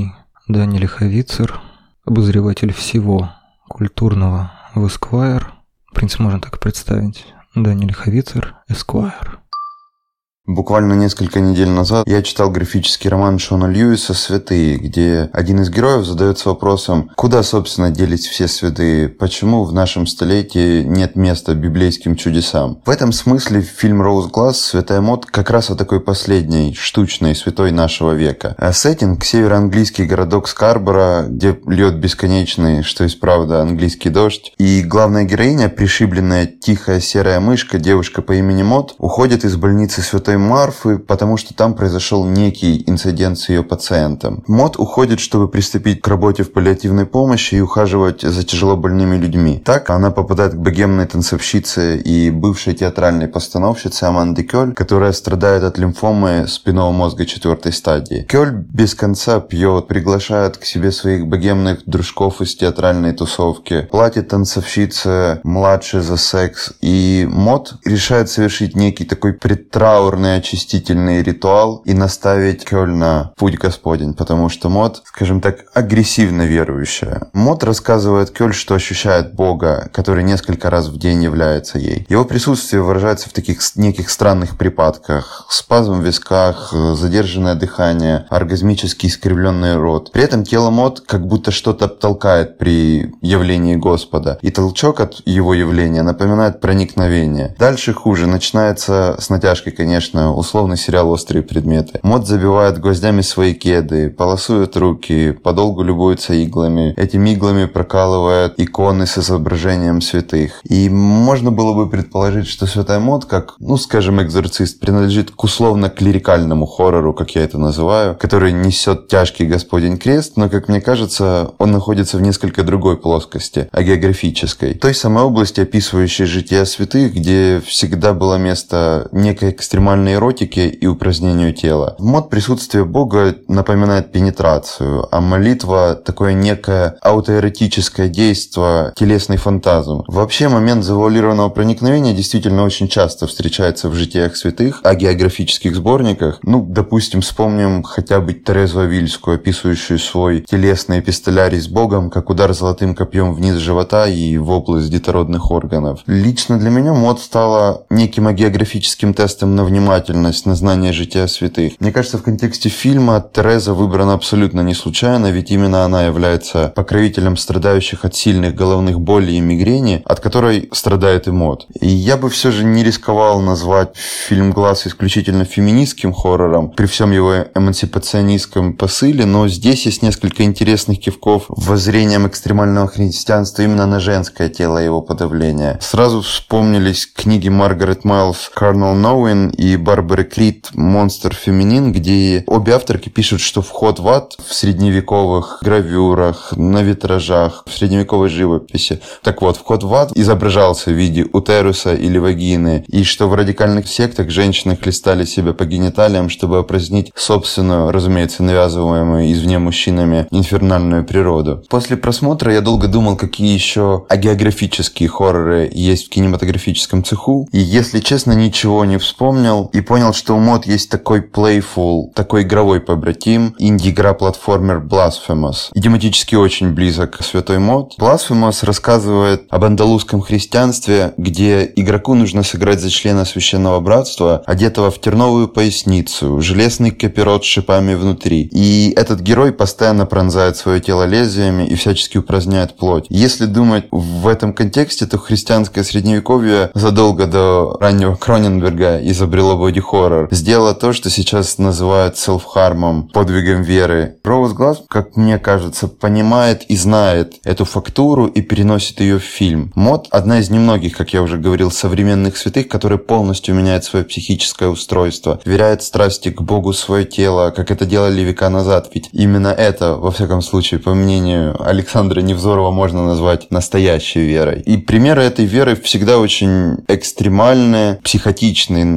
Даниэль Хавицер, обозреватель всего культурного в Esquire. В принципе, можно так представить. Даниэль Хавицер, Esquire. Буквально несколько недель назад я читал графический роман Шона Льюиса «Святые», где один из героев задается вопросом, куда, собственно, делись все святые, почему в нашем столетии нет места библейским чудесам. В этом смысле фильм «Роуз Гласс» «Святая Мод» как раз о такой последней, штучной святой нашего века. А сеттинг — североанглийский городок Скарборо, где льет бесконечный, что есть правда, английский дождь. И главная героиня, пришибленная тихая серая мышка, девушка по имени Мод, уходит из больницы Святой Марфы, потому что там произошел некий инцидент с ее пациентом. Мод уходит, чтобы приступить к работе в паллиативной помощи и ухаживать за тяжелобольными людьми. Так она попадает к богемной танцовщице и бывшей театральной постановщице Аманде Кёль, которая страдает от лимфомы спинного мозга 4-й стадии. Кёль без конца пьет, приглашает к себе своих богемных дружков из театральной тусовки, платит танцовщице младше за секс, и Мод решает совершить некий такой предтраурный очистительный ритуал и наставить Кёль на путь Господень, потому что Мод, скажем так, агрессивно верующая. Мод рассказывает Кёль, что ощущает Бога, который несколько раз в день является ей. Его присутствие выражается в таких неких странных припадках: спазм в висках, задержанное дыхание, оргазмически искривленный рот. При этом тело Мод как будто что-то толкает при явлении Господа, и толчок от его явления напоминает проникновение. Дальше хуже. Начинается с натяжкой, конечно, условный сериал «Острые предметы». Мод забивает гвоздями свои кеды, полосует руки, подолгу любуется иглами. Этими иглами прокалывает иконы с изображением святых. И можно было бы предположить, что Святая Мод, как, скажем, «Экзорцист», принадлежит к условно-клерикальному хоррору, как я это называю, который несет тяжкий Господень крест, но, как мне кажется, он находится в несколько другой плоскости, агеографической. Той самой области, описывающей жития святых, где всегда было место некой экстремальной эротики и упразднению тела. В Мод присутствие Бога напоминает пенетрацию, а молитва — такое некое аутоэротическое действие, телесный фантазм. Вообще, момент завуалированного проникновения действительно очень часто встречается в житиях святых, о географических сборниках. Допустим, вспомним хотя бы Терезу Авильскую, описывающую свой телесный эпистолярий с Богом, как удар золотым копьем вниз живота и в область детородных органов. Лично для меня Мод стала неким агеографическим тестом на внимательность, на знание жития святых. Мне кажется, в контексте фильма Тереза выбрана абсолютно не случайно, ведь именно она является покровителем страдающих от сильных головных болей и мигрени, от которой страдает и Мод. И я бы все же не рисковал назвать фильм «Гласс» исключительно феминистским хоррором, при всем его эмансипационистском посыле, но здесь есть несколько интересных кивков воззрением экстремального христианства именно на женское тело и его подавления. Сразу вспомнились книги Маргарет Майлз «Carnal Knowing» и Барбары Крид «Монстр феминин», где обе авторки пишут, что вход в ад в средневековых гравюрах, на витражах, в средневековой живописи. Так вот, вход в ад изображался в виде утеруса или вагины, и что в радикальных сектах женщины хлестали себя по гениталиям, чтобы опразднить собственную, разумеется, навязываемую извне мужчинами инфернальную природу. После просмотра я долго думал, какие еще агеографические хорроры есть в кинематографическом цеху, и, если честно, ничего не вспомнил, и понял, что у Мод есть такой playful, такой игровой побратим, инди-игра-платформер Blasphemous. И тематически очень близок к Святой Мод. Blasphemous рассказывает об андалузском христианстве, где игроку нужно сыграть за члена священного братства, одетого в терновую поясницу, железный капирот с шипами внутри. И этот герой постоянно пронзает свое тело лезвиями и всячески упраздняет плоть. Если думать в этом контексте, то христианское средневековье задолго до раннего Кроненберга изобрело боди-хоррор. Сделало то, что сейчас называют селф-хармом, подвигом веры. Роуз Гласс, как мне кажется, понимает и знает эту фактуру и переносит ее в фильм. Мод — одна из немногих, как я уже говорил, современных святых, которые полностью меняет свое психическое устройство, вверяет страсти к Богу свое тело, как это делали века назад. Ведь именно это, во всяком случае, по мнению Александра Невзорова, можно назвать настоящей верой. И примеры этой веры всегда очень экстремальные, психотичные. Например,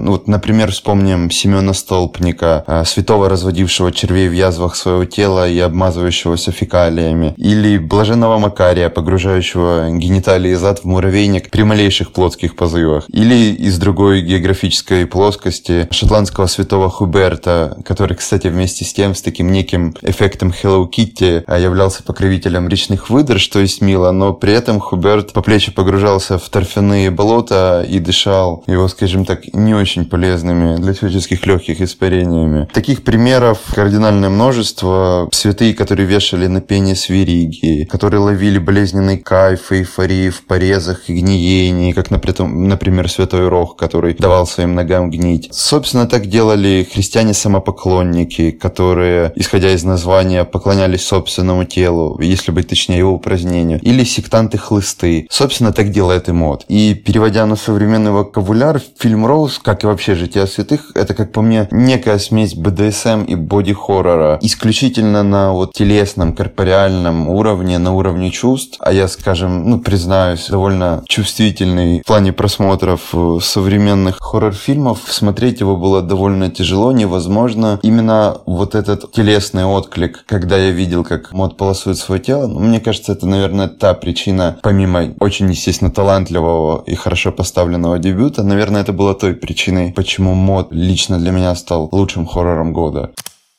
например, вспомним Семена Столпника, святого, разводившего червей в язвах своего тела и обмазывающегося фекалиями. Или блаженного Макария, погружающего гениталии и зад в муравейник при малейших плотских позывах. Или из другой географической плоскости шотландского святого Хуберта, который, кстати, вместе с тем, с таким неким эффектом Hello Kitty являлся покровителем речных выдр, что есть мило, но при этом Хуберт по плечи погружался в торфяные болота и дышал его, скажем так, не очень полезными для человеческих легких испарениями. Таких примеров кардинальное множество. Святые, которые вешали на пенис вериги, которые ловили болезненный кайф и эйфории в порезах и гниении, как, например, святой Рох, который давал своим ногам гнить. Собственно, так делали христиане-самопоклонники, которые, исходя из названия, поклонялись собственному телу, если быть точнее, его упразднению. Или сектанты-хлысты. Собственно, так делает и мод. И переводя на современный вокабуляр, фильм «Роуз», как и вообще «Жития святых», это, как по мне, некая смесь БДСМ и боди-хоррора. Исключительно на вот телесном, корпореальном уровне, на уровне чувств. А я, скажем, признаюсь, довольно чувствительный в плане просмотров современных хоррор-фильмов. Смотреть его было довольно тяжело, невозможно. Именно вот этот телесный отклик, когда я видел, как мод полосует свое тело, мне кажется, это, наверное, та причина, помимо очень, естественно, талантливого и хорошо поставленного дебюта, наверное, это было той причиной, почему мод лично для меня стал лучшим хоррором года.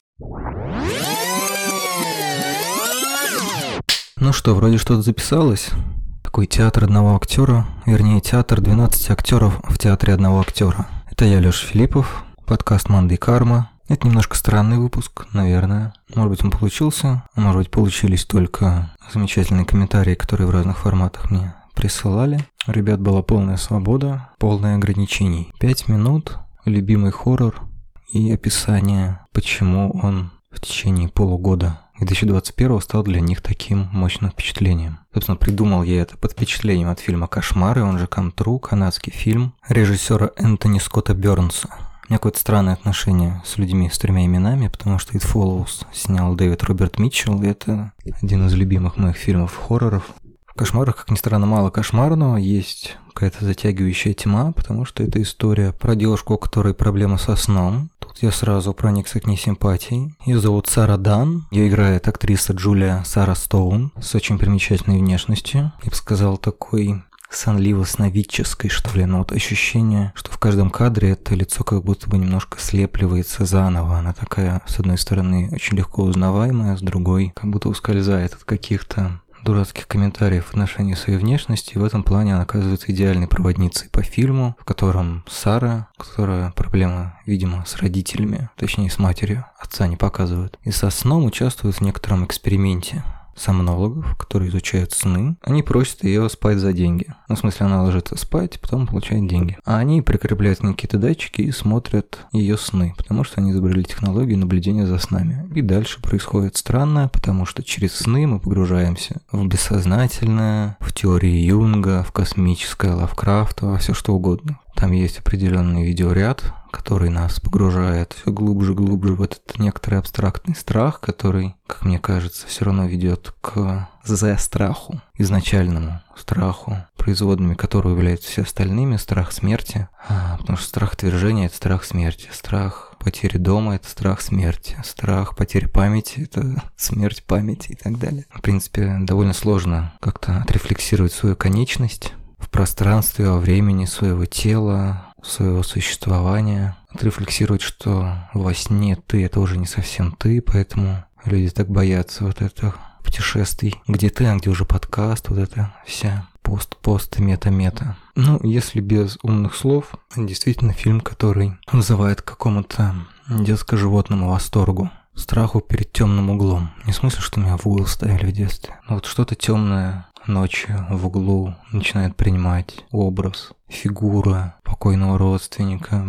Ну что, вроде что-то записалось. Такой театр одного актера, вернее, театр 12 актеров в театре одного актера. Это я, Лёша Филиппов, подкаст «Манда и карма». Это немножко странный выпуск, наверное. Может быть, он получился, а может быть, получились только замечательные комментарии, которые в разных форматах мне присылали. У ребят была полная свобода, полное ограничений. 5 минут, любимый хоррор и описание, почему он в течение полугода 2021 стал для них таким мощным впечатлением. Собственно, придумал я это под впечатлением от фильма «Кошмары», он же «Come True», канадский фильм режиссера Энтони Скотта Бёрнса. У меня какое-то странное отношение с людьми с 3 именами, потому что «It Follows» снял Дэвид Роберт Митчелл, и это один из любимых моих фильмов хорроров. В «Кошмарах», как ни странно, мало кошмарного, есть какая-то затягивающая тьма, потому что это история про девушку, у которой проблема со сном. Тут я сразу проникся к ней симпатией. Ее зовут Сара Дан, ее играет актриса Джулия Сара Стоун с очень примечательной внешностью. Я бы сказал, такой сонливо-сновидческой, что ли, но вот ощущение, что в каждом кадре это лицо как будто бы немножко слепливается заново. Она такая, с одной стороны, очень легко узнаваемая, с другой, как будто ускользает от каких-то дурацких комментариев в отношении своей внешности. И в этом плане она оказывается идеальной проводницей по фильму, в котором Сара, которая проблема, видимо, с родителями, точнее с матерью, отца не показывают, и со сном участвует в некотором эксперименте сомнологов, которые изучают сны. Они просят ее спать за деньги. Ну, в смысле, она ложится спать, потом получает деньги. А они прикрепляют какие-то датчики и смотрят ее сны, потому что они изобрели технологию наблюдения за снами. И дальше происходит странное, потому что через сны мы погружаемся в бессознательное, в теории Юнга, в космическое, Лавкрафта, во все что угодно. Там есть определенный видеоряд, который нас погружает все глубже и глубже в этот некоторый абстрактный страх, который, как мне кажется, все равно ведет к страху, изначальному страху, производными которого являются все остальными, страх смерти, потому что страх отвержения – это страх смерти, страх потери дома – это страх смерти, страх потери памяти – это смерть памяти и так далее. В принципе, довольно сложно как-то отрефлексировать свою конечность в пространстве, во времени своего тела, своего существования, отрефлексировать, что во сне ты – это уже не совсем ты, поэтому люди так боятся вот этих путешествий, где ты, а где уже подкаст, вот это вся пост, мета. Ну, если без умных слов, действительно фильм, который вызывает к какому-то детско-животному восторгу, страху перед темным углом. Не в смысле, что меня в угол ставили в детстве, но вот что-то темное ночью в углу начинает принимать образ, фигура покойного родственника,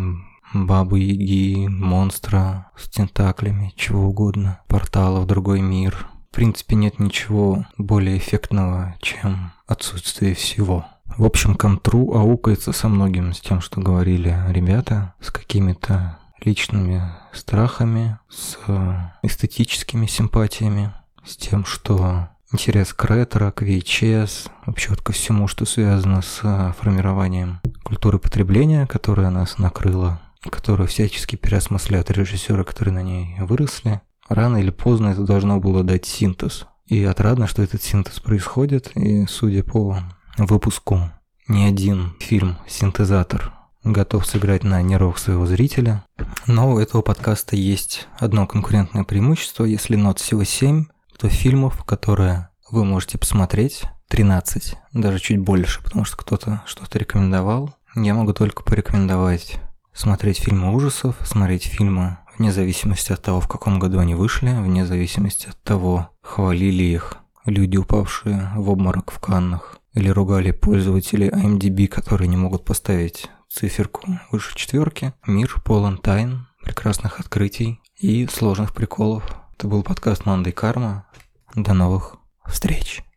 бабы-яги, монстра с тентаклями, чего угодно, портала в другой мир. В принципе, нет ничего более эффектного, чем отсутствие всего. В общем, Come True аукается со многим, с тем, что говорили ребята, с какими-то личными страхами, с эстетическими симпатиями, с тем, что интерес к ретро, к VHS, вообще вот ко всему, что связано с формированием культуры потребления, которая нас накрыла которые всячески переосмысляют режиссеры, которые на ней выросли. Рано или поздно это должно было дать синтез. И отрадно, что этот синтез происходит, и, судя по выпуску, ни один фильм-синтезатор готов сыграть на нервах своего зрителя. Но у этого подкаста есть одно конкурентное преимущество. Если нот всего 7, то фильмов, которые вы можете посмотреть, 13, даже чуть больше, потому что кто-то что-то рекомендовал. Я могу только порекомендовать смотреть фильмы ужасов, смотреть фильмы вне зависимости от того, в каком году они вышли, вне зависимости от того, хвалили их люди, упавшие в обморок в Каннах, или ругали пользователей IMDb, которые не могут поставить циферку выше 4. Мир полон тайн, прекрасных открытий и сложных приколов. Это был подкаст Monday Karma. До новых встреч!